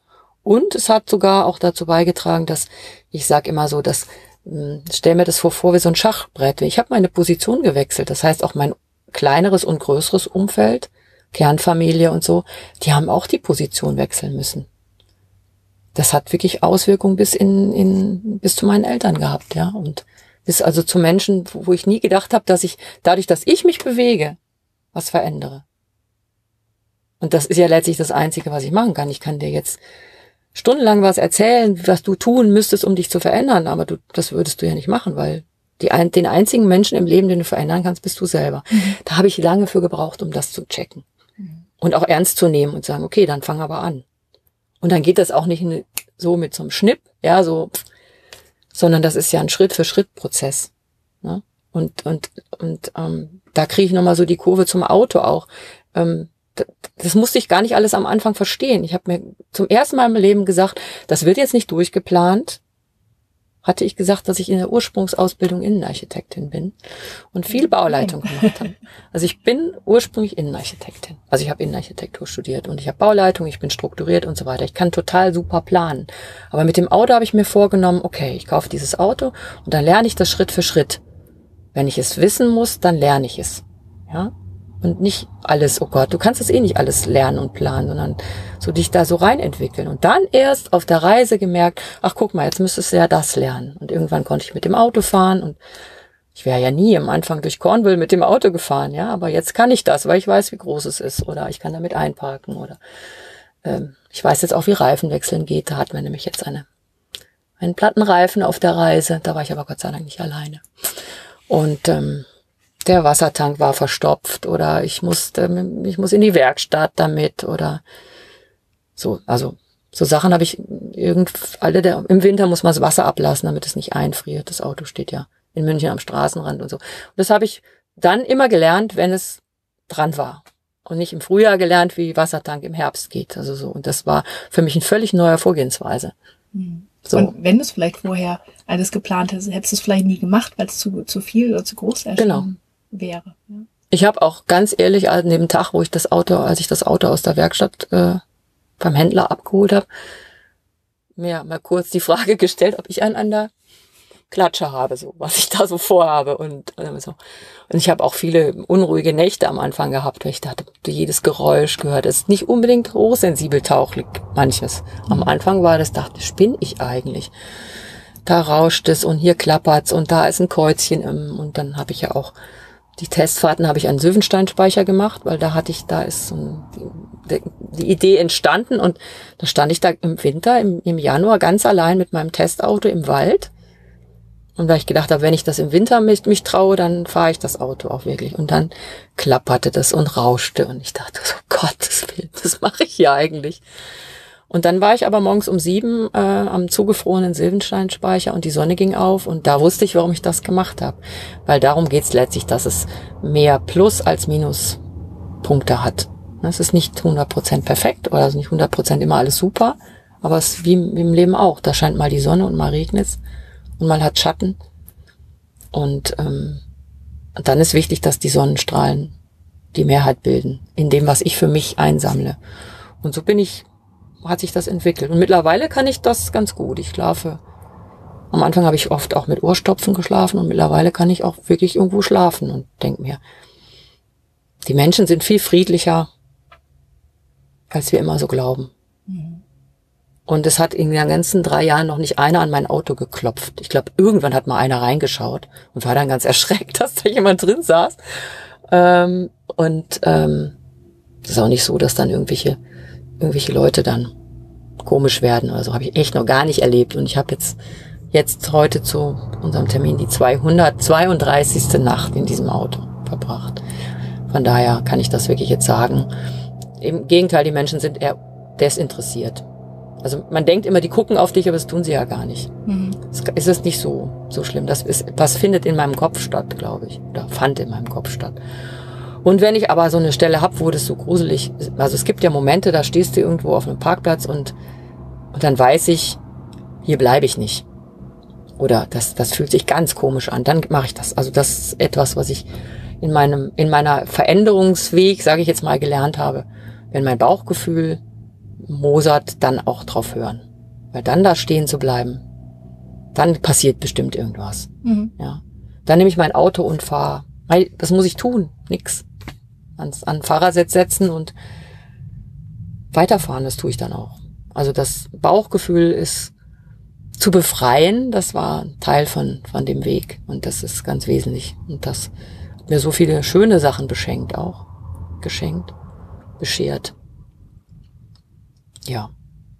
S3: Und es hat sogar auch dazu beigetragen, dass, ich sage immer so, dass, stell mir das vor, vor wie so ein Schachbrett. Ich habe meine Position gewechselt. Das heißt, auch mein kleineres und größeres Umfeld, Kernfamilie und so, die haben auch die Position wechseln müssen. Das hat wirklich Auswirkungen bis in, in bis zu meinen Eltern gehabt, ja. Und bis also zu Menschen, wo ich nie gedacht habe, dass ich, dadurch, dass ich mich bewege, was verändere. Und das ist ja letztlich das Einzige, was ich machen kann. Ich kann dir jetzt stundenlang was erzählen, was du tun müsstest, um dich zu verändern, aber du, das würdest du ja nicht machen, weil die, ein, den einzigen Menschen im Leben, den du verändern kannst, bist du selber. Mhm. Da habe ich lange für gebraucht, um das zu checken. Mhm. Und auch ernst zu nehmen und sagen, okay, dann fang aber an. Und dann geht das auch nicht so mit so einem Schnipp, ja, so, sondern das ist ja ein Schritt-für-Schritt-Prozess. Ne? Und, und, und ähm, da kriege ich nochmal so die Kurve zum Auto auch. Ähm, Das musste ich gar nicht alles am Anfang verstehen. Ich habe mir zum ersten Mal im Leben gesagt, das wird jetzt nicht durchgeplant. Hatte ich gesagt, dass ich in der Ursprungsausbildung Innenarchitektin bin und viel Bauleitung gemacht habe. Also ich bin ursprünglich Innenarchitektin. Also ich habe Innenarchitektur studiert und ich habe Bauleitung, ich bin strukturiert und so weiter. Ich kann total super planen. Aber mit dem Auto habe ich mir vorgenommen, okay, ich kaufe dieses Auto und dann lerne ich das Schritt für Schritt. Wenn ich es wissen muss, dann lerne ich es. Ja? Und nicht alles, oh Gott, du kannst das eh nicht alles lernen und planen, sondern so dich da so rein entwickeln. Und dann erst auf der Reise gemerkt, ach guck mal, jetzt müsstest du ja das lernen. Und irgendwann konnte ich mit dem Auto fahren und ich wäre ja nie am Anfang durch Cornwall mit dem Auto gefahren, ja, aber jetzt kann ich das, weil ich weiß, wie groß es ist oder ich kann damit einparken oder ähm, ich weiß jetzt auch, wie Reifen wechseln geht. Da hatten wir nämlich jetzt eine, einen Plattenreifen auf der Reise, da war ich aber Gott sei Dank nicht alleine. Und ähm, der Wassertank war verstopft oder ich musste, ich muss in die Werkstatt damit oder so. Also so Sachen habe ich irgend alle der im Winter muss man das Wasser ablassen, damit es nicht einfriert. Das Auto steht ja in München am Straßenrand und so. Und das habe ich dann immer gelernt, wenn es dran war und nicht im Frühjahr gelernt, wie Wassertank im Herbst geht. Also so. Und das war für mich eine völlig neue Vorgehensweise.
S1: Mhm. So. Und wenn du es vielleicht vorher alles geplant hättest, hättest du es vielleicht nie gemacht, weil es zu zu viel oder zu groß erschien.
S3: Genau.
S1: Wäre. Ja.
S3: Ich habe auch ganz ehrlich, an dem Tag, wo ich das Auto, als ich das Auto aus der Werkstatt äh, beim Händler abgeholt habe, mir mal kurz die Frage gestellt, ob ich einen an der Klatsche habe, so was ich da so vorhabe und, und so. Und ich habe auch viele unruhige Nächte am Anfang gehabt, weil ich dachte, jedes Geräusch gehört. Es ist nicht unbedingt hochsensibel tauchlich, manches. Am Anfang war das, dachte ich, spinne ich eigentlich? Da rauscht es und hier klappert's und da ist ein Kreuzchen im, und dann habe ich ja auch die Testfahrten habe ich an Söwenstein-Speicher gemacht, weil da hatte ich, da ist so ein, die, die Idee entstanden und da stand ich da im Winter, im, im Januar ganz allein mit meinem Testauto im Wald und weil ich gedacht habe, wenn ich das im Winter mich, mich traue, dann fahre ich das Auto auch wirklich und dann klapperte das und rauschte und ich dachte, oh Gottes Willen, das mache ich ja eigentlich. Und dann war ich aber morgens um sieben äh, am zugefrorenen Silvenstein-Speicher und die Sonne ging auf und da wusste ich, warum ich das gemacht habe. Weil darum geht's letztlich, dass es mehr Plus- als Minuspunkte hat. Es ist nicht hundert Prozent perfekt oder also nicht hundert Prozent immer alles super, aber es ist wie im, wie im Leben auch. Da scheint mal die Sonne und mal regnet's und mal hat Schatten. Und, ähm, und dann ist wichtig, dass die Sonnenstrahlen die Mehrheit bilden in dem, was ich für mich einsammle. Und so bin ich hat sich das entwickelt. Und mittlerweile kann ich das ganz gut. Ich schlafe. Am Anfang habe ich oft auch mit Ohrstopfen geschlafen und mittlerweile kann ich auch wirklich irgendwo schlafen und denke mir, die Menschen sind viel friedlicher, als wir immer so glauben. Mhm. Und es hat in den ganzen drei Jahren noch nicht einer an mein Auto geklopft. Ich glaube, irgendwann hat mal einer reingeschaut und war dann ganz erschreckt, dass da jemand drin saß. Ähm, und ähm, es ist auch nicht so, dass dann irgendwelche irgendwelche Leute dann komisch werden oder so. Habe ich echt noch gar nicht erlebt. Und ich habe jetzt jetzt heute zu unserem Termin die zweihundertzweiunddreißigste Nacht in diesem Auto verbracht. Von daher kann ich das wirklich jetzt sagen. Im Gegenteil, die Menschen sind eher desinteressiert. Also man denkt immer, die gucken auf dich, aber das tun sie ja gar nicht. Mhm. Es ist nicht so so schlimm. Das ist, das findet in meinem Kopf statt, glaube ich. Oder fand in meinem Kopf statt. Und wenn ich aber so eine Stelle habe, wo das so gruselig ist, also es gibt ja Momente, da stehst du irgendwo auf einem Parkplatz und und dann weiß ich, hier bleibe ich nicht. Oder das das fühlt sich ganz komisch an, dann mache ich das. Also das ist etwas, was ich in meinem in meiner Veränderungsweg, sage ich jetzt mal, gelernt habe. Wenn mein Bauchgefühl Mozart dann auch drauf hören. Weil dann da stehen zu bleiben, dann passiert bestimmt irgendwas. Mhm. Ja. Dann nehme ich mein Auto und fahre. Was muss ich tun? Nix. Ans, an den Fahrersitz setzen und weiterfahren, das tue ich dann auch. Also das Bauchgefühl ist zu befreien, das war ein Teil von, von dem Weg. Und das ist ganz wesentlich. Und das hat mir so viele schöne Sachen beschenkt auch. Geschenkt, beschert. Ja.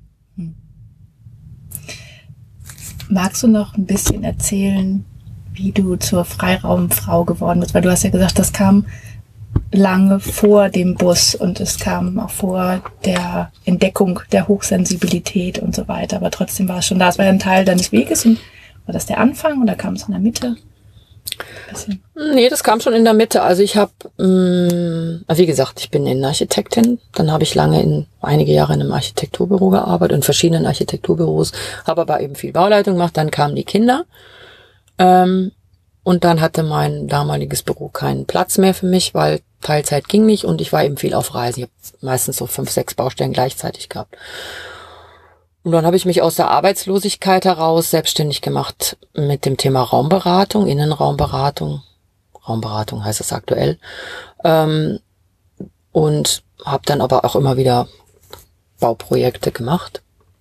S1: Magst du noch ein bisschen erzählen, wie du zur Freiraumfrau geworden bist? Weil du hast ja gesagt, das kam lange vor dem Bus und es kam auch vor der Entdeckung der Hochsensibilität und so weiter. Aber trotzdem war es schon da. Es war ja ein Teil deines Weges. Und war das der Anfang oder kam es in der Mitte?
S3: Nee, das kam schon in der Mitte. Also ich habe, wie gesagt, ich bin Innenarchitektin. Dann habe ich lange in einige Jahre in einem Architekturbüro gearbeitet, in verschiedenen Architekturbüros, habe aber eben viel Bauleitung gemacht. Dann kamen die Kinder. Ähm, Und dann hatte mein damaliges Büro keinen Platz mehr für mich, weil Teilzeit ging nicht und ich war eben viel auf Reisen. Ich habe meistens so fünf, sechs Baustellen gleichzeitig gehabt. Und dann habe ich mich aus der Arbeitslosigkeit heraus selbstständig gemacht mit dem Thema Raumberatung, Innenraumberatung. Raumberatung heißt es aktuell. Ähm, und habe dann aber auch immer wieder Bauprojekte gemacht.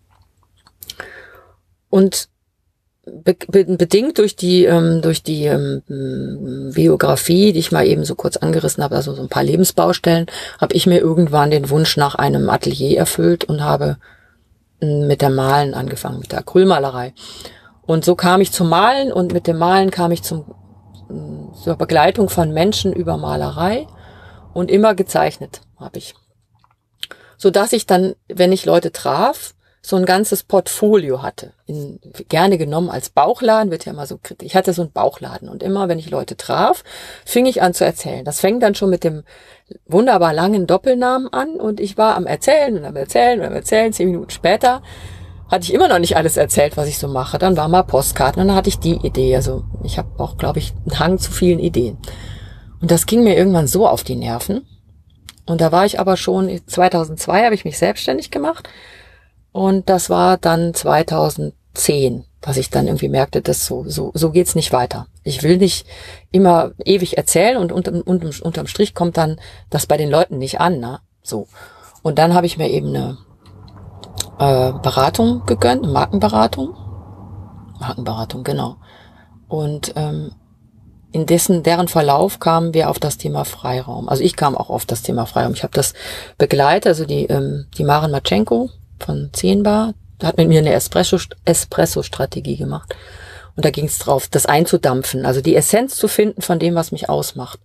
S3: Und Be- bedingt durch die ähm, durch die ähm, Biografie, die ich mal eben so kurz angerissen habe, also so ein paar Lebensbaustellen, habe ich mir irgendwann den Wunsch nach einem Atelier erfüllt und habe m, mit der Malen angefangen, mit der Acrylmalerei. Und so kam ich zum Malen und mit dem Malen kam ich zum m, zur Begleitung von Menschen über Malerei und immer gezeichnet habe ich. So dass ich dann, wenn ich Leute traf, so ein ganzes Portfolio hatte. In, gerne genommen als Bauchladen, wird ja immer so kritisch. Ich hatte so einen Bauchladen und immer, wenn ich Leute traf, fing ich an zu erzählen. Das fängt dann schon mit dem wunderbar langen Doppelnamen an und ich war am Erzählen und am Erzählen und am Erzählen. Zehn Minuten später hatte ich immer noch nicht alles erzählt, was ich so mache. Dann war mal Postkarten und dann hatte ich die Idee. Also ich habe auch, glaube ich, einen Hang zu vielen Ideen. Und das ging mir irgendwann so auf die Nerven. Und da war ich aber schon, zweitausendzwei habe ich mich selbstständig gemacht. Und das war dann zweitausendzehn, dass ich dann irgendwie merkte, dass so so so geht's nicht weiter. Ich will nicht immer ewig erzählen und unterm, unterm, unterm Strich kommt dann das bei den Leuten nicht an, ne? So. Und dann habe ich mir eben eine äh, Beratung gegönnt, eine Markenberatung. Markenberatung, genau. Und ähm, in dessen deren Verlauf kamen wir auf das Thema Freiraum. Also ich kam auch auf das Thema Freiraum. Ich habe das begleitet, also die ähm, die Maren Matschenko von zehn Bar, hat mit mir eine Espresso, Espresso-Strategie gemacht. Und da ging es drauf, das einzudampfen, also die Essenz zu finden von dem, was mich ausmacht.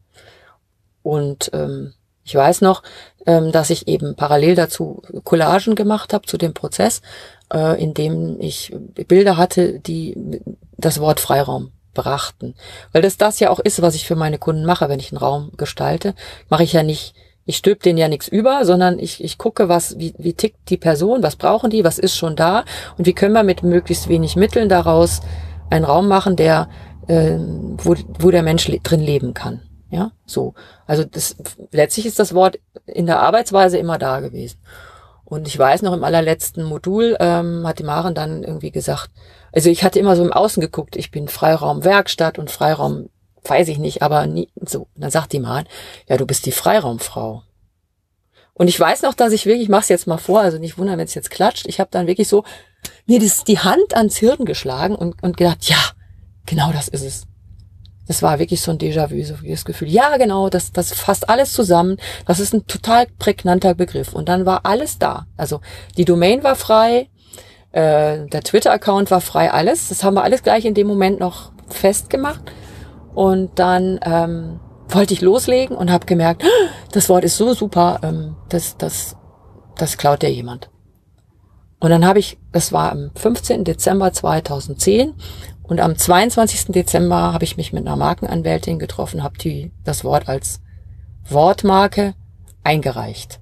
S3: Und ähm, ich weiß noch, ähm, dass ich eben parallel dazu Collagen gemacht habe zu dem Prozess, äh, in dem ich Bilder hatte, die das Wort Freiraum brachten. Weil das das ja auch ist, was ich für meine Kunden mache, wenn ich einen Raum gestalte, mache ich ja nicht. Ich stülpe denen ja nichts über, sondern ich, ich gucke, was, wie, wie tickt die Person, was brauchen die, was ist schon da und wie können wir mit möglichst wenig Mitteln daraus einen Raum machen, der, äh, wo, wo der Mensch le- drin leben kann. Ja, so. Also das, letztlich ist das Wort in der Arbeitsweise immer da gewesen. Und ich weiß noch, im allerletzten Modul ähm, hat die Maren dann irgendwie gesagt, also ich hatte immer so im Außen geguckt, ich bin Freiraum Werkstatt und Freiraum weiß ich nicht, aber nie so. Und dann sagt die Mann, ja, du bist die Freiraumfrau. Und ich weiß noch, dass ich wirklich, ich mach's jetzt mal vor, also nicht wundern, wenn es jetzt klatscht, ich habe dann wirklich so mir das, die Hand ans Hirn geschlagen und, und gedacht, ja, genau das ist es. Das war wirklich so ein Déjà-vu, so das Gefühl, ja, genau, das, das fasst alles zusammen, das ist ein total prägnanter Begriff. Und dann war alles da. Also die Domain war frei, äh, der Twitter-Account war frei, alles. Das haben wir alles gleich in dem Moment noch festgemacht. Und dann ähm, wollte ich loslegen und habe gemerkt, das Wort ist so super, ähm, das, das, das klaut dir jemand. Und dann habe ich, das war am fünfzehnten Dezember zweitausendzehn und am zweiundzwanzigsten Dezember habe ich mich mit einer Markenanwältin getroffen, habe die das Wort als Wortmarke eingereicht.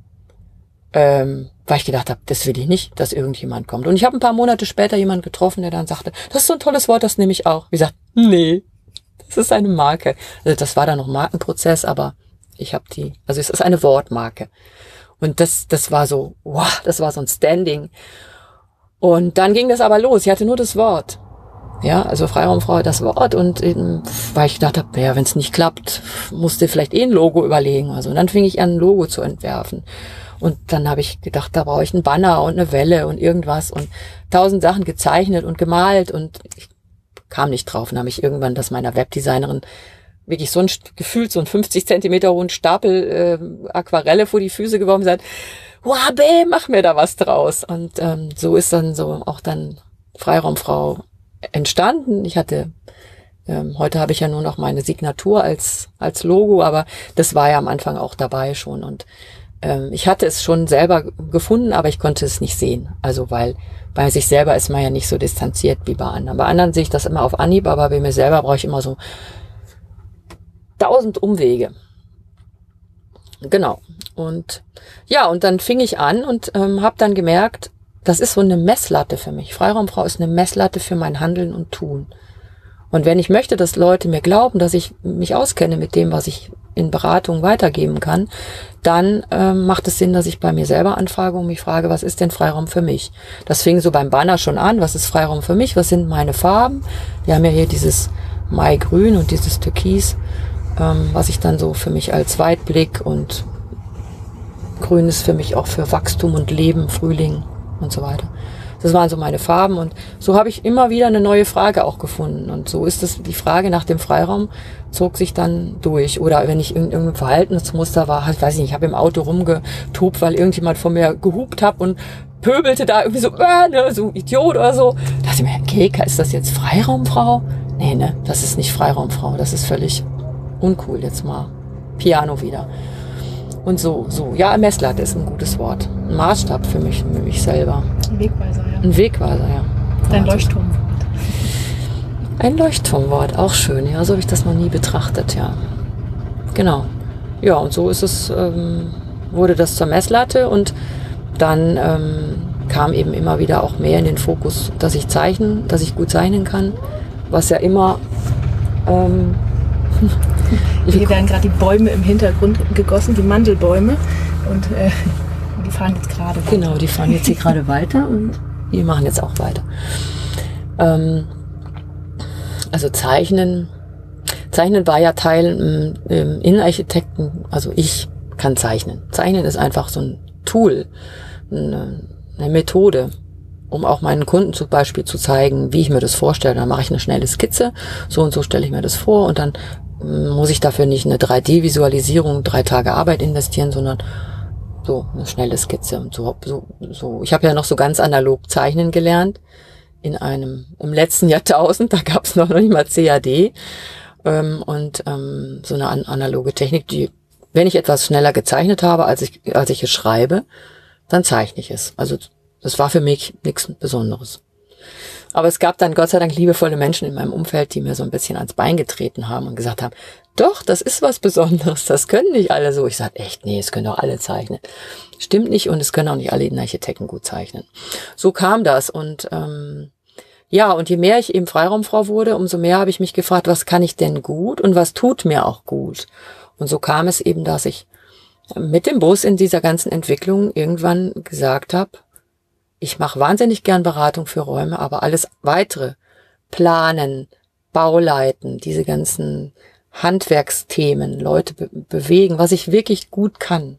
S3: Ähm, weil ich gedacht habe, das will ich nicht, dass irgendjemand kommt. Und ich habe ein paar Monate später jemanden getroffen, der dann sagte, das ist so ein tolles Wort, das nehme ich auch. Ich gesagt, nee. Das ist eine Marke. Also das war dann noch ein Markenprozess, aber ich habe die, also es ist eine Wortmarke. Und das, das war so, wow, das war so ein Standing. Und dann ging das aber los. Ich hatte nur das Wort. Ja, also Freiraumfrau, das Wort. Und eben, weil ich gedacht habe, ja, wenn es nicht klappt, musst du vielleicht eh ein Logo überlegen. Also, und dann fing ich an, ein Logo zu entwerfen. Und dann habe ich gedacht, da brauche ich einen Banner und eine Welle und irgendwas und tausend Sachen gezeichnet und gemalt und ich kam nicht drauf. Und dann habe ich irgendwann das meiner Webdesignerin wirklich so ein gefühlt so ein fünfzig Zentimeter hohen Stapel äh, Aquarelle vor die Füße geworfen und gesagt, wow, babe, mach mir da was draus. Und ähm, so ist dann so auch dann Freiraumfrau entstanden. Ich hatte ähm, heute habe ich ja nur noch meine Signatur als als Logo, aber das war ja am Anfang auch dabei schon und ich hatte es schon selber gefunden, aber ich konnte es nicht sehen. Also weil bei sich selber ist man ja nicht so distanziert wie bei anderen. Bei anderen sehe ich das immer auf Anhieb, aber bei mir selber brauche ich immer so tausend Umwege. Genau. Und ja, und dann fing ich an und ähm, habe dann gemerkt, das ist so eine Messlatte für mich. Freiraumfrau ist eine Messlatte für mein Handeln und Tun. Und wenn ich möchte, dass Leute mir glauben, dass ich mich auskenne mit dem, was ich in Beratung weitergeben kann, dann ähm, macht es Sinn, dass ich bei mir selber anfrage und mich frage, was ist denn Freiraum für mich? Das fing so beim Banner schon an. Was ist Freiraum für mich? Was sind meine Farben? Wir haben ja hier dieses Maigrün und dieses Türkis, ähm, was ich dann so für mich als Weitblick und Grün ist für mich auch für Wachstum und Leben, Frühling und so weiter. Das waren so meine Farben und so habe ich immer wieder eine neue Frage auch gefunden und so ist es, die Frage nach dem Freiraum zog sich dann durch oder wenn ich in irgendeinem Verhaltensmuster war, ich weiß nicht, ich habe im Auto rumgetobt, weil irgendjemand von mir gehupt hat und pöbelte da irgendwie so, äh, ne, so Idiot oder so. Da dachte ich mir, okay, ist das jetzt Freiraumfrau? Nee, ne, das ist nicht Freiraumfrau, das ist völlig uncool jetzt mal. Piano wieder. Und so, so, ja, Messlatte ist ein gutes Wort. Ein Maßstab für mich, für mich selber.
S1: Ein Wegweiser, ja.
S3: Ein Wegweiser, ja.
S1: Dein Leuchtturmwort.
S3: Ein Leuchtturmwort, auch schön, ja, so habe ich das noch nie betrachtet, ja. Genau. Ja, und so ist es, ähm, wurde das zur Messlatte und dann ähm, kam eben immer wieder auch mehr in den Fokus, dass ich zeichnen, dass ich gut zeichnen kann, was ja immer ähm,
S1: Hier werden gerade die Bäume im Hintergrund gegossen, die Mandelbäume. Und äh, die fahren jetzt gerade weiter.
S3: Genau, die fahren jetzt hier gerade weiter und die machen jetzt auch weiter. Ähm, also Zeichnen. Zeichnen war ja Teil im Innenarchitekten. Also ich kann zeichnen. Zeichnen ist einfach so ein Tool, eine, eine Methode, um auch meinen Kunden zum Beispiel zu zeigen, wie ich mir das vorstelle. Dann mache ich eine schnelle Skizze. So und so stelle ich mir das vor und dann muss ich dafür nicht eine drei D Visualisierung, drei Tage Arbeit investieren, sondern so eine schnelle Skizze. Und so, so, so. Ich habe ja noch so ganz analog zeichnen gelernt in einem, im letzten Jahrtausend, da gab es noch nicht mal C A D ähm, und ähm, so eine an, analoge Technik, die, wenn ich etwas schneller gezeichnet habe, als ich, als ich es schreibe, dann zeichne ich es. Also das war für mich nichts Besonderes. Aber es gab dann Gott sei Dank liebevolle Menschen in meinem Umfeld, die mir so ein bisschen ans Bein getreten haben und gesagt haben, doch, das ist was Besonderes, das können nicht alle so. Ich sage, echt, nee, es können doch alle zeichnen. Stimmt nicht und es können auch nicht alle Innenarchitekten gut zeichnen. So kam das und ähm, ja, und je mehr ich eben Freiraumfrau wurde, umso mehr habe ich mich gefragt, was kann ich denn gut und was tut mir auch gut. Und so kam es eben, dass ich mit dem Bus in dieser ganzen Entwicklung irgendwann gesagt habe, ich mache wahnsinnig gern Beratung für Räume, aber alles weitere, Planen, Bauleiten, diese ganzen Handwerksthemen, Leute be- bewegen, was ich wirklich gut kann.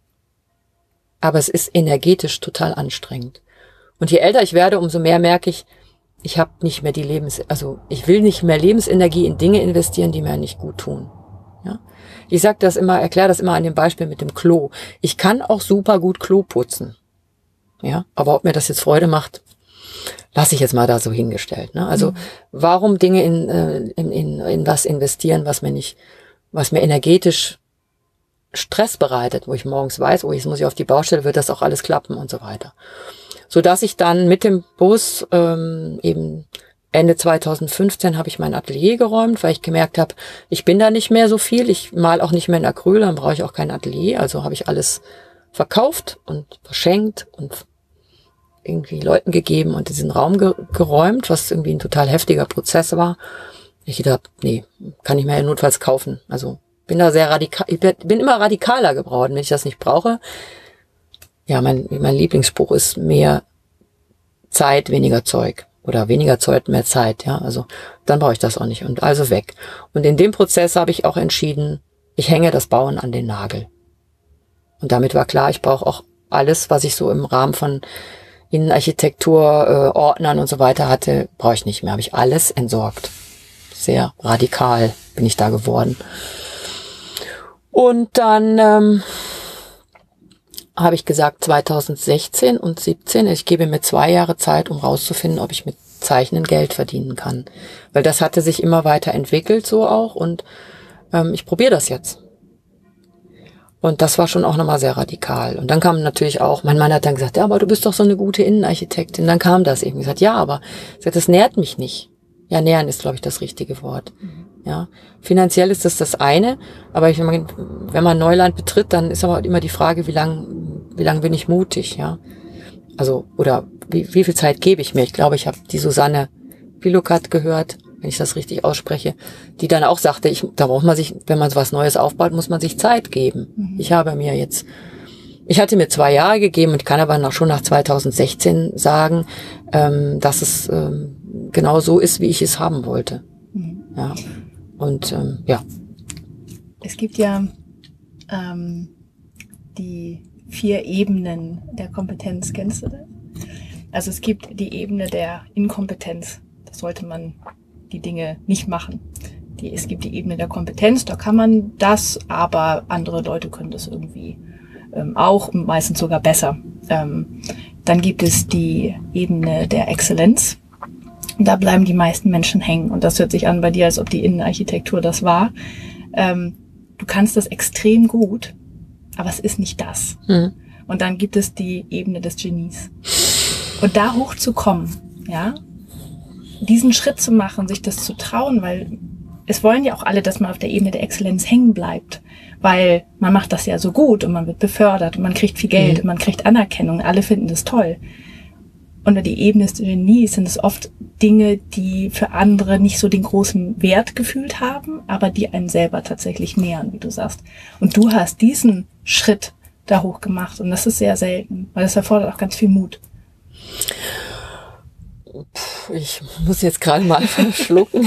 S3: Aber es ist energetisch total anstrengend. Und je älter ich werde, umso mehr merke ich, ich habe nicht mehr die Lebens, also ich will nicht mehr Lebensenergie in Dinge investieren, die mir nicht gut tun. Ja? Ich sag das immer, erkläre das immer an dem Beispiel mit dem Klo. Ich kann auch super gut Klo putzen. Ja, aber ob mir das jetzt Freude macht, lasse ich jetzt mal da so hingestellt. Ne? Also mhm. warum Dinge in, in, in, in was investieren, was mir nicht, was mir energetisch Stress bereitet, wo ich morgens weiß, oh, jetzt muss ich auf die Baustelle, wird das auch alles klappen und so weiter. So dass ich dann mit dem Bus ähm, eben Ende zweitausendfünfzehn habe ich mein Atelier geräumt, weil ich gemerkt habe, ich bin da nicht mehr so viel, ich mal auch nicht mehr in Acryl, dann brauche ich auch kein Atelier, also habe ich alles verkauft und verschenkt und irgendwie Leuten gegeben und diesen Raum ge- geräumt, was irgendwie ein total heftiger Prozess war. Ich dachte, nee, kann ich mir ja notfalls kaufen. Also bin da sehr radikal, ich bin immer radikaler geworden. Wenn ich das nicht brauche, ja, mein, mein Lieblingsspruch ist mehr Zeit, weniger Zeug. Oder weniger Zeug, mehr Zeit, ja. Also dann brauche ich das auch nicht. Und also weg. Und in dem Prozess habe ich auch entschieden, ich hänge das Bauen an den Nagel. Und damit war klar, ich brauche auch alles, was ich so im Rahmen von Innenarchitektur, äh, Ordnern und so weiter hatte, brauche ich nicht mehr. Habe ich alles entsorgt. Sehr radikal bin ich da geworden. Und dann ähm, habe ich gesagt, zweitausendsechzehn und siebzehn, ich gebe mir zwei Jahre Zeit, um rauszufinden, ob ich mit Zeichnen Geld verdienen kann. Weil das hatte sich immer weiter entwickelt so auch und ähm, ich probiere das jetzt. Und das war schon auch nochmal sehr radikal. Und dann kam natürlich auch, mein Mann hat dann gesagt, ja, aber du bist doch so eine gute Innenarchitektin. Dann kam das eben. Ich gesagt, ja, aber ich gesagt, das nährt mich nicht. Ja, nähern ist, glaube ich, das richtige Wort. Ja, finanziell ist das das eine, aber ich meine, wenn man Neuland betritt, dann ist aber immer die Frage, wie lang, wie lang bin ich mutig, ja? Also, oder wie, wie viel Zeit gebe ich mir? Ich glaube, ich habe die Susanne Pilokat gehört, wenn ich das richtig ausspreche, die dann auch sagte, ich, da braucht man sich, wenn man so was Neues aufbaut, muss man sich Zeit geben. Mhm. Ich habe mir jetzt, ich hatte mir zwei Jahre gegeben und kann aber noch schon nach zweitausendsechzehn sagen, ähm, dass es ähm, genau so ist, wie ich es haben wollte. Mhm. Ja. Und ähm, ja.
S1: Es gibt ja ähm, die vier Ebenen der Kompetenz. Kennst du das? Also es gibt die Ebene der Inkompetenz. Da sollte man die Dinge nicht machen. Die, es gibt die Ebene der Kompetenz, da kann man das, aber andere Leute können das irgendwie ähm, auch und meistens sogar besser. Ähm, dann gibt es die Ebene der Exzellenz. Und da bleiben die meisten Menschen hängen. Und das hört sich an bei dir, als ob die Innenarchitektur das war. Ähm, du kannst das extrem gut, aber es ist nicht das. Mhm. Und dann gibt es die Ebene des Genies. Und da hochzukommen, ja, diesen Schritt zu machen, sich das zu trauen, weil es wollen ja auch alle, dass man auf der Ebene der Exzellenz hängen bleibt. Weil man macht das ja so gut und man wird befördert und man kriegt viel Geld mhm. und man kriegt Anerkennung. Alle finden das toll. Unter die Ebene des Genies sind es oft Dinge, die für andere nicht so den großen Wert gefühlt haben, aber die einen selber tatsächlich nähern, wie du sagst. Und du hast diesen Schritt da hoch gemacht und das ist sehr selten, weil das erfordert auch ganz viel Mut.
S3: Ich muss jetzt gerade mal schlucken.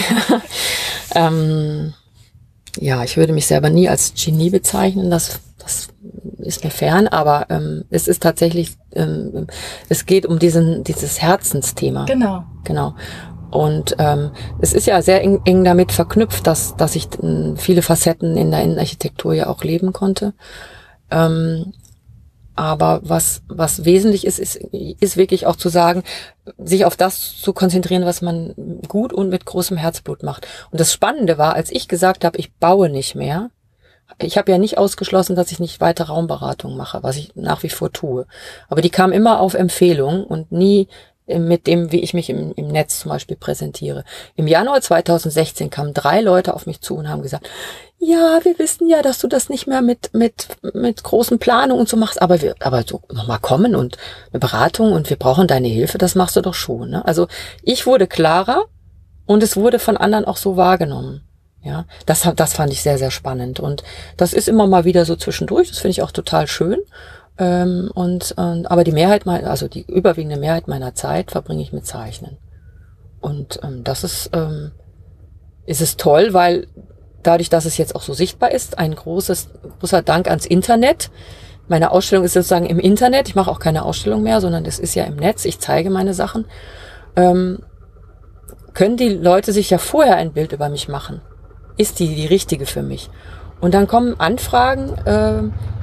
S3: ähm, ja, ich würde mich selber nie als Genie bezeichnen, das, das ist mir fern, aber ähm, es ist tatsächlich, ähm, es geht um diesen dieses Herzensthema.
S1: Genau.
S3: Genau. Und ähm, es ist ja sehr eng, eng damit verknüpft, dass dass ich äh, viele Facetten in der Innenarchitektur ja auch leben konnte. Ähm, aber was was wesentlich ist, ist ist wirklich auch zu sagen, sich auf das zu konzentrieren, was man gut und mit großem Herzblut macht. Und das Spannende war, als ich gesagt habe, ich baue nicht mehr. Ich habe ja nicht ausgeschlossen, dass ich nicht weiter Raumberatung mache, was ich nach wie vor tue. Aber die kam immer auf Empfehlung und nie mit dem, wie ich mich im, im Netz zum Beispiel präsentiere. Im Januar zweitausendsechzehn kamen drei Leute auf mich zu und haben gesagt, ja, wir wissen ja, dass du das nicht mehr mit mit mit großen Planungen und so machst, aber wir, aber so nochmal kommen und eine Beratung und wir brauchen deine Hilfe, das machst du doch schon. Ne? Also ich wurde klarer und es wurde von anderen auch so wahrgenommen. Ja, das, das fand ich sehr, sehr spannend. Und das ist immer mal wieder so zwischendurch. Das finde ich auch total schön. Ähm, und, und, aber die Mehrheit meiner, also die überwiegende Mehrheit meiner Zeit verbringe ich mit Zeichnen. Und ähm, das ist, ähm, ist es toll, weil dadurch, dass es jetzt auch so sichtbar ist, ein großes, großer Dank ans Internet. Meine Ausstellung ist sozusagen im Internet. Ich mache auch keine Ausstellung mehr, sondern es ist ja im Netz. Ich zeige meine Sachen. Ähm, können die Leute sich ja vorher ein Bild über mich machen. Ist die die richtige für mich? Und dann kommen Anfragen, äh,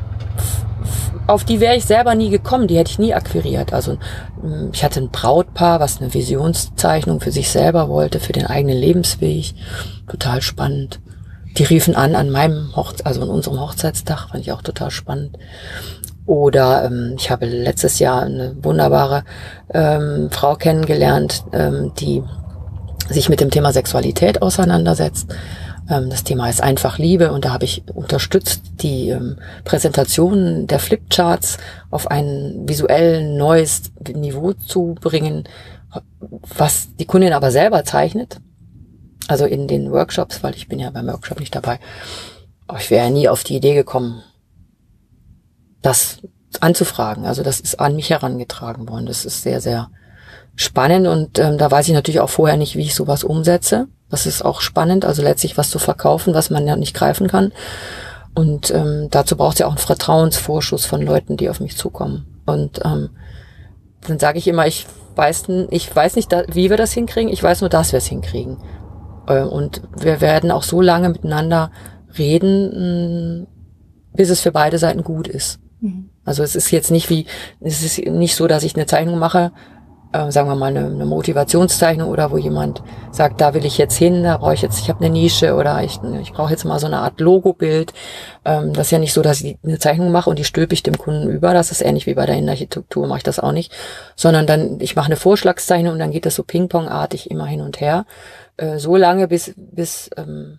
S3: auf die wäre ich selber nie gekommen, die hätte ich nie akquiriert. Also ich hatte ein Brautpaar, was eine Visionszeichnung für sich selber wollte, für den eigenen Lebensweg. Total spannend. Die riefen an an meinem Hochze- also an unserem Hochzeitstag, fand ich auch total spannend. Oder ähm, ich habe letztes Jahr eine wunderbare ähm, Frau kennengelernt, ähm, die sich mit dem Thema Sexualität auseinandersetzt. Das Thema ist einfach Liebe und da habe ich unterstützt, die ähm, Präsentation der Flipcharts auf ein visuell neues Niveau zu bringen, was die Kundin aber selber zeichnet. Also in den Workshops, weil ich bin ja beim Workshop nicht dabei. Aber ich wäre ja nie auf die Idee gekommen, das anzufragen. Also das ist an mich herangetragen worden. Das ist sehr, sehr spannend und ähm, da weiß ich natürlich auch vorher nicht, wie ich sowas umsetze. Das ist auch spannend, also letztlich was zu verkaufen, was man ja nicht greifen kann. Und ähm, dazu braucht es ja auch einen Vertrauensvorschuss von Leuten, die auf mich zukommen. Und ähm, dann sage ich immer, ich weiß, ich weiß nicht, da, wie wir das hinkriegen, ich weiß nur, dass wir es hinkriegen. Äh, und wir werden auch so lange miteinander reden, mh, bis es für beide Seiten gut ist. Mhm. Also es ist jetzt nicht wie, es ist nicht so, dass ich eine Zeichnung mache, äh, sagen wir mal eine, eine Motivationszeichnung oder wo jemand sagt, da will ich jetzt hin, da brauche ich jetzt, ich habe eine Nische oder ich, ich brauche jetzt mal so eine Art Logobild. Ähm, das ist ja nicht so, dass ich eine Zeichnung mache und die stülpe ich dem Kunden über. Das ist ähnlich wie bei der Innenarchitektur, mache ich das auch nicht. Sondern dann, ich mache eine Vorschlagszeichnung und dann geht das so Ping-Pong-artig immer hin und her. Äh, so lange, bis, bis, ähm,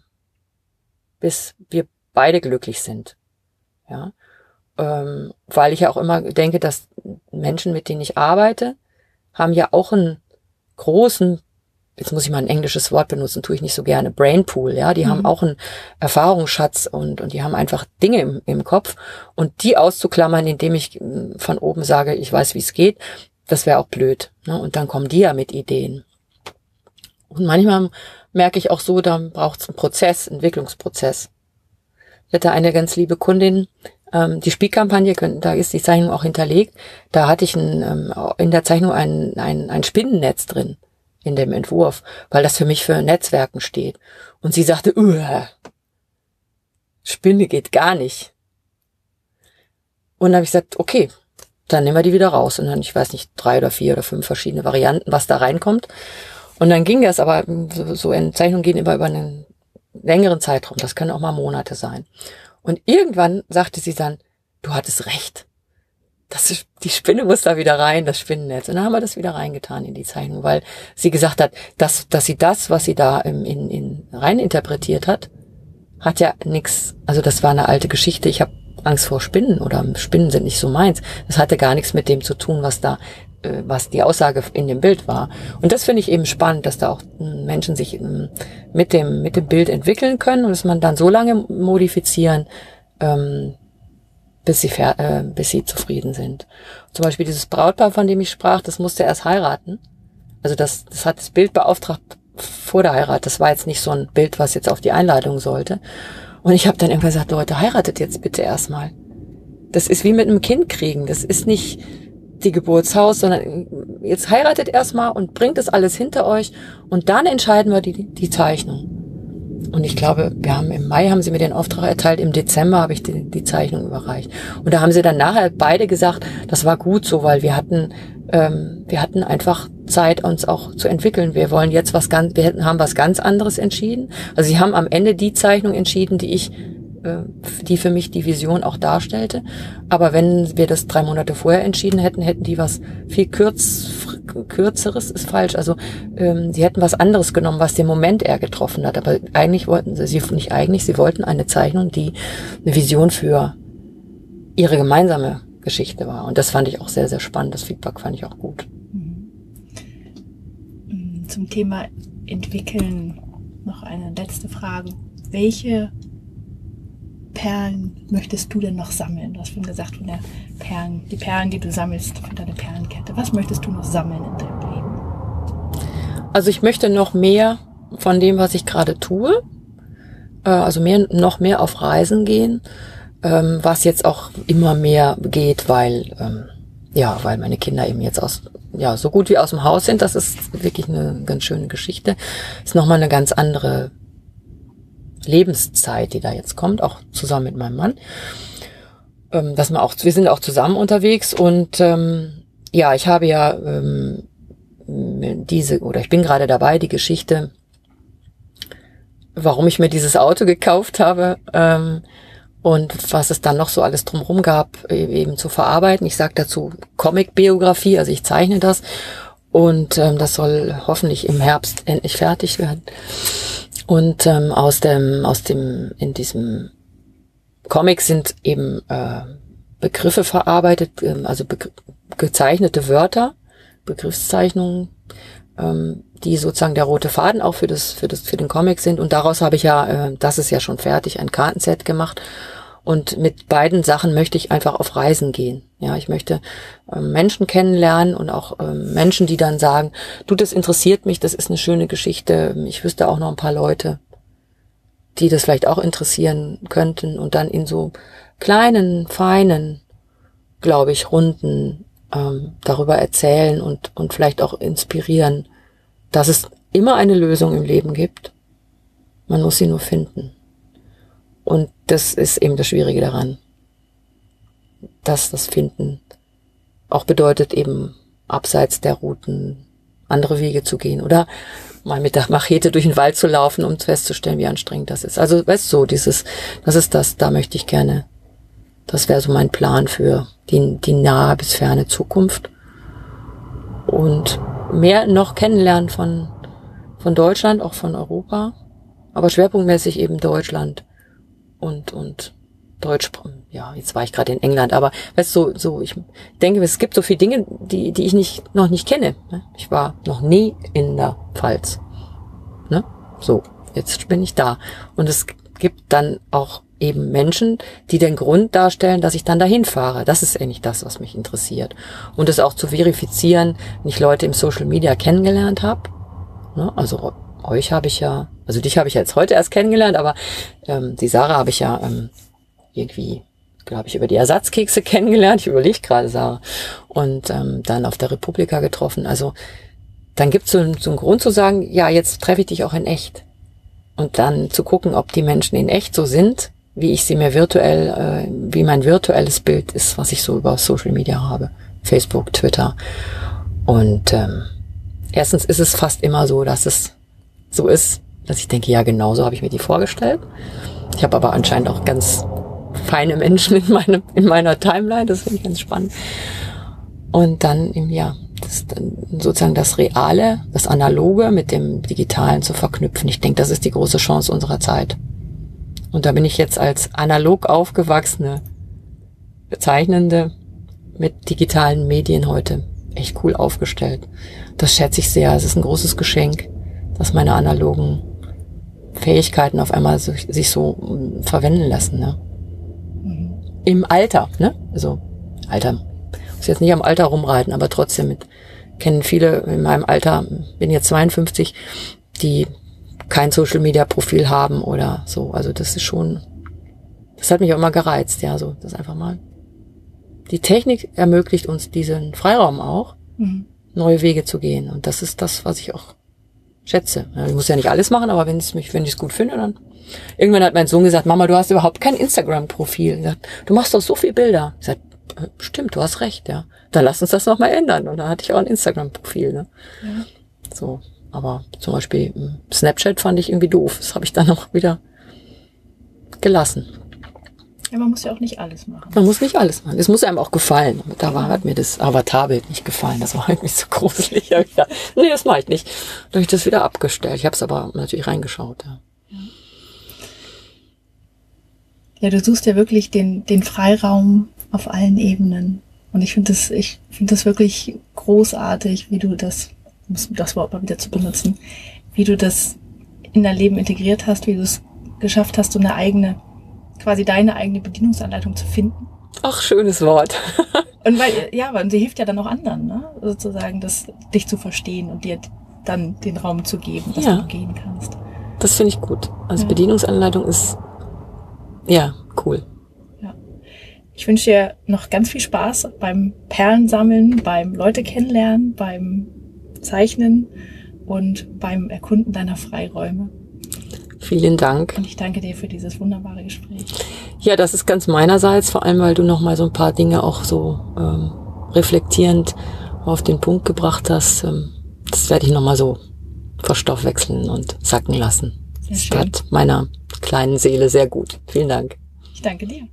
S3: bis wir beide glücklich sind. Ja. Ähm, weil ich ja auch immer denke, dass Menschen, mit denen ich arbeite, haben ja auch einen großen, jetzt muss ich mal ein englisches Wort benutzen, tue ich nicht so gerne, Brainpool, ja, die mhm. haben auch einen Erfahrungsschatz und, und die haben einfach Dinge im, im Kopf und die auszuklammern, indem ich von oben sage, ich weiß, wie es geht, das wäre auch blöd, ne? Und dann kommen die ja mit Ideen. Und manchmal merke ich auch so, da braucht es einen Prozess, einen Entwicklungsprozess. Ich hatte eine ganz liebe Kundin, die Spielkampagne, da ist die Zeichnung auch hinterlegt, da hatte ich ein, in der Zeichnung ein, ein, ein Spinnennetz drin, in dem Entwurf, weil das für mich für Netzwerken steht. Und sie sagte, Uah, Spinne geht gar nicht. Und dann habe ich gesagt, okay, dann nehmen wir die wieder raus. Und dann, ich weiß nicht, drei oder vier oder fünf verschiedene Varianten, was da reinkommt. Und dann ging das, aber so, so in Zeichnungen gehen immer über einen längeren Zeitraum, das können auch mal Monate sein. Und irgendwann sagte sie dann, du hattest recht. Das ist, die Spinne muss da wieder rein, das Spinnennetz. Und dann haben wir das wieder reingetan in die Zeichnung, weil sie gesagt hat, dass, dass sie das, was sie da in, in, in rein interpretiert hat, hat ja nichts, also das war eine alte Geschichte. Ich habe Angst vor Spinnen oder Spinnen sind nicht so meins. Das hatte gar nichts mit dem zu tun, was da, äh, was die Aussage in dem Bild war. Und das finde ich eben spannend, dass da auch äh, Menschen sich äh, mit dem mit dem Bild entwickeln können und dass man dann so lange modifizieren, ähm, bis sie äh, bis sie zufrieden sind. Zum Beispiel dieses Brautpaar, von dem ich sprach, das musste erst heiraten. Also das das hat das Bild beauftragt vor der Heirat. Das war jetzt nicht so ein Bild, was jetzt auf die Einladung sollte. Und ich habe dann irgendwann gesagt, Leute, heiratet jetzt bitte erstmal. Das ist wie mit einem Kind kriegen. Das ist nicht die Geburtshaus, sondern jetzt heiratet erstmal und bringt das alles hinter euch und dann entscheiden wir die, die Zeichnung. Und ich glaube, wir haben im Mai haben sie mir den Auftrag erteilt, im Dezember habe ich die, die Zeichnung überreicht. Und da haben sie dann nachher beide gesagt, das war gut so, weil wir hatten, ähm, wir hatten einfach Zeit, uns auch zu entwickeln. Wir wollen jetzt was ganz, wir haben was ganz anderes entschieden. Also sie haben am Ende die Zeichnung entschieden, die ich die für mich die Vision auch darstellte. Aber wenn wir das drei Monate vorher entschieden hätten, hätten die was viel kürz, kürzeres, ist falsch. Also ähm, sie hätten was anderes genommen, was den Moment eher getroffen hat. Aber eigentlich wollten sie, sie nicht eigentlich, sie wollten eine Zeichnung, die eine Vision für ihre gemeinsame Geschichte war. Und das fand ich auch sehr, sehr spannend. Das Feedback fand ich auch gut.
S1: Zum Thema Entwickeln noch eine letzte Frage. Welche Perlen möchtest du denn noch sammeln? Du hast schon gesagt, von der Perlen, die Perlen, die du sammelst, von deiner Perlenkette. Was möchtest du noch sammeln in deinem Leben?
S3: Also ich möchte noch mehr von dem, was ich gerade tue, äh, also mehr, noch mehr auf Reisen gehen, ähm, was jetzt auch immer mehr geht, weil ähm, ja, weil meine Kinder eben jetzt aus ja so gut wie aus dem Haus sind. Das ist wirklich eine ganz schöne Geschichte. Ist nochmal eine ganz andere Lebenszeit, die da jetzt kommt, auch zusammen mit meinem Mann. Ähm, dass man auch, wir sind auch zusammen unterwegs und ähm, ja, ich habe ja ähm, diese, oder ich bin gerade dabei, die Geschichte, warum ich mir dieses Auto gekauft habe ähm, und was es dann noch so alles drumherum gab, eben zu verarbeiten. Ich sage dazu Comic-Biografie, also ich zeichne das und ähm, das soll hoffentlich im Herbst endlich fertig werden. Und ähm, aus dem, aus dem, in diesem Comic sind eben äh, Begriffe verarbeitet, ähm, also be- gezeichnete Wörter, Begriffszeichnungen, ähm, die sozusagen der rote Faden auch für das, für das, für den Comic sind. Und daraus habe ich ja, äh, das ist ja schon fertig, ein Kartenset gemacht. Und mit beiden Sachen möchte ich einfach auf Reisen gehen. Ja, ich möchte äh, Menschen kennenlernen und auch äh, Menschen, die dann sagen, du, das interessiert mich, das ist eine schöne Geschichte. Ich wüsste auch noch ein paar Leute, die das vielleicht auch interessieren könnten und dann in so kleinen, feinen, glaube ich, Runden ähm, darüber erzählen und und vielleicht auch inspirieren, dass es immer eine Lösung im Leben gibt. Man muss sie nur finden. Und das ist eben das Schwierige daran, dass das Finden auch bedeutet, eben abseits der Routen andere Wege zu gehen oder mal mit der Machete durch den Wald zu laufen, um festzustellen, wie anstrengend das ist. Also, weißt du, so dieses, das ist das, da möchte ich gerne, das wäre so mein Plan für die, die nahe bis ferne Zukunft. Und mehr noch kennenlernen von, von Deutschland, auch von Europa, aber schwerpunktmäßig eben Deutschland und, und Deutsch, ja, jetzt war ich gerade in England, aber weißt du, so, so, ich denke, es gibt so viele Dinge, die, die ich nicht, noch nicht kenne. Ich war noch nie in der Pfalz. Ne? So, jetzt bin ich da. Und es gibt dann auch eben Menschen, die den Grund darstellen, dass ich dann dahin fahre. Das ist eigentlich das, was mich interessiert. Und es auch zu verifizieren, wenn ich Leute im Social Media kennengelernt habe. Ne? Also euch habe ich ja, also dich habe ich ja jetzt heute erst kennengelernt, aber ähm, die Sarah habe ich ja ähm, irgendwie, glaube ich, über die Ersatzkekse kennengelernt. Ich überlege gerade, Sarah. Und ähm, dann auf der Republika getroffen. Also dann gibt es so, so einen Grund zu sagen, ja, jetzt treffe ich dich auch in echt. Und dann zu gucken, ob die Menschen in echt so sind, wie ich sie mir virtuell, äh, wie mein virtuelles Bild ist, was ich so über Social Media habe. Facebook, Twitter. Und ähm, erstens ist es fast immer so, dass es so ist, dass ich denke, ja, genau so habe ich mir die vorgestellt. Ich habe aber anscheinend auch ganz feine Menschen in meinem, in meiner Timeline, das finde ich ganz spannend. Und dann, ja, das, sozusagen das Reale, das Analoge mit dem Digitalen zu verknüpfen. Ich denke, das ist die große Chance unserer Zeit. Und da bin ich jetzt als analog aufgewachsene Zeichnende mit digitalen Medien heute echt cool aufgestellt. Das schätze ich sehr. Es ist ein großes Geschenk, dass meine analogen Fähigkeiten auf einmal sich so verwenden lassen, ne? Mhm. Im Alter, ne? Also, Alter, muss jetzt nicht am Alter rumreiten, aber trotzdem mit, kennen viele in meinem Alter, bin jetzt zweiundfünfzig, die kein Social Media Profil haben oder so. Also das ist schon, das hat mich auch immer gereizt, ja, so, das einfach mal. Die Technik ermöglicht uns diesen Freiraum auch, mhm. neue Wege zu gehen. Und das ist das, was ich auch schätze. Ich muss ja nicht alles machen, aber wenn es mich, wenn ich es gut finde, dann. Irgendwann hat mein Sohn gesagt, Mama, du hast überhaupt kein Instagram-Profil. Ich gesagt, du machst doch so viel Bilder. Ich sagte, stimmt, du hast recht, ja. Dann lass uns das noch mal ändern. Und dann hatte ich auch ein Instagram-Profil, ne? Ja. So, aber zum Beispiel Snapchat fand ich irgendwie doof. Das habe ich dann auch wieder gelassen.
S1: Ja, man muss ja auch nicht alles machen.
S3: Man muss nicht alles machen. Es muss einem auch gefallen. Da war, hat mir das Avatarbild nicht gefallen. Das war irgendwie so gruselig. Ja, wieder, nee, das mache ich nicht. Dann habe ich das wieder abgestellt. Ich habe es aber natürlich reingeschaut. Ja.
S1: Ja, du suchst ja wirklich den, den Freiraum auf allen Ebenen. Und ich finde das, ich finde das wirklich großartig, wie du das, um das Wort mal wieder zu benutzen, wie du das in dein Leben integriert hast, wie du es geschafft hast, so eine eigene, quasi deine eigene Bedienungsanleitung zu finden.
S3: Ach, schönes Wort.
S1: Und weil, ja, aber sie hilft ja dann auch anderen, ne? Sozusagen, das, dich zu verstehen und dir dann den Raum zu geben, dass ja. du gehen kannst.
S3: Das finde ich gut. Also ja. Bedienungsanleitung ist, ja, cool.
S1: Ja. Ich wünsche dir noch ganz viel Spaß beim Perlensammeln, beim Leute kennenlernen, beim Zeichnen und beim Erkunden deiner Freiräume.
S3: Vielen Dank.
S1: Und ich danke dir für dieses wunderbare Gespräch.
S3: Ja, das ist ganz meinerseits, vor allem, weil du nochmal so ein paar Dinge auch so ähm, reflektierend auf den Punkt gebracht hast. Ähm, das werde ich nochmal so verstoffwechseln und sacken lassen. Sehr das schön. Tat meiner kleinen Seele sehr gut. Vielen Dank.
S1: Ich danke dir.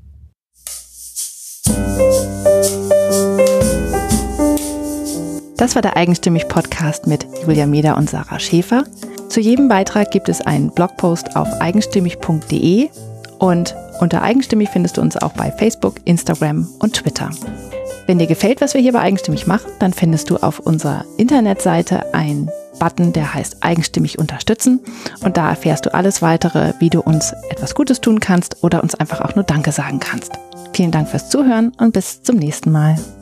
S1: Das war der Eigenstimmig-Podcast mit Julia Meder und Sarah Schäfer. Zu jedem Beitrag gibt es einen Blogpost auf eigenstimmig punkt de und unter Eigenstimmig findest du uns auch bei Facebook, Instagram und Twitter. Wenn dir gefällt, was wir hier bei Eigenstimmig machen, dann findest du auf unserer Internetseite ein Button, der heißt Eigenstimmig unterstützen. Und da erfährst du alles weitere, wie du uns etwas Gutes tun kannst oder uns einfach auch nur Danke sagen kannst. Vielen Dank fürs Zuhören und bis zum nächsten Mal.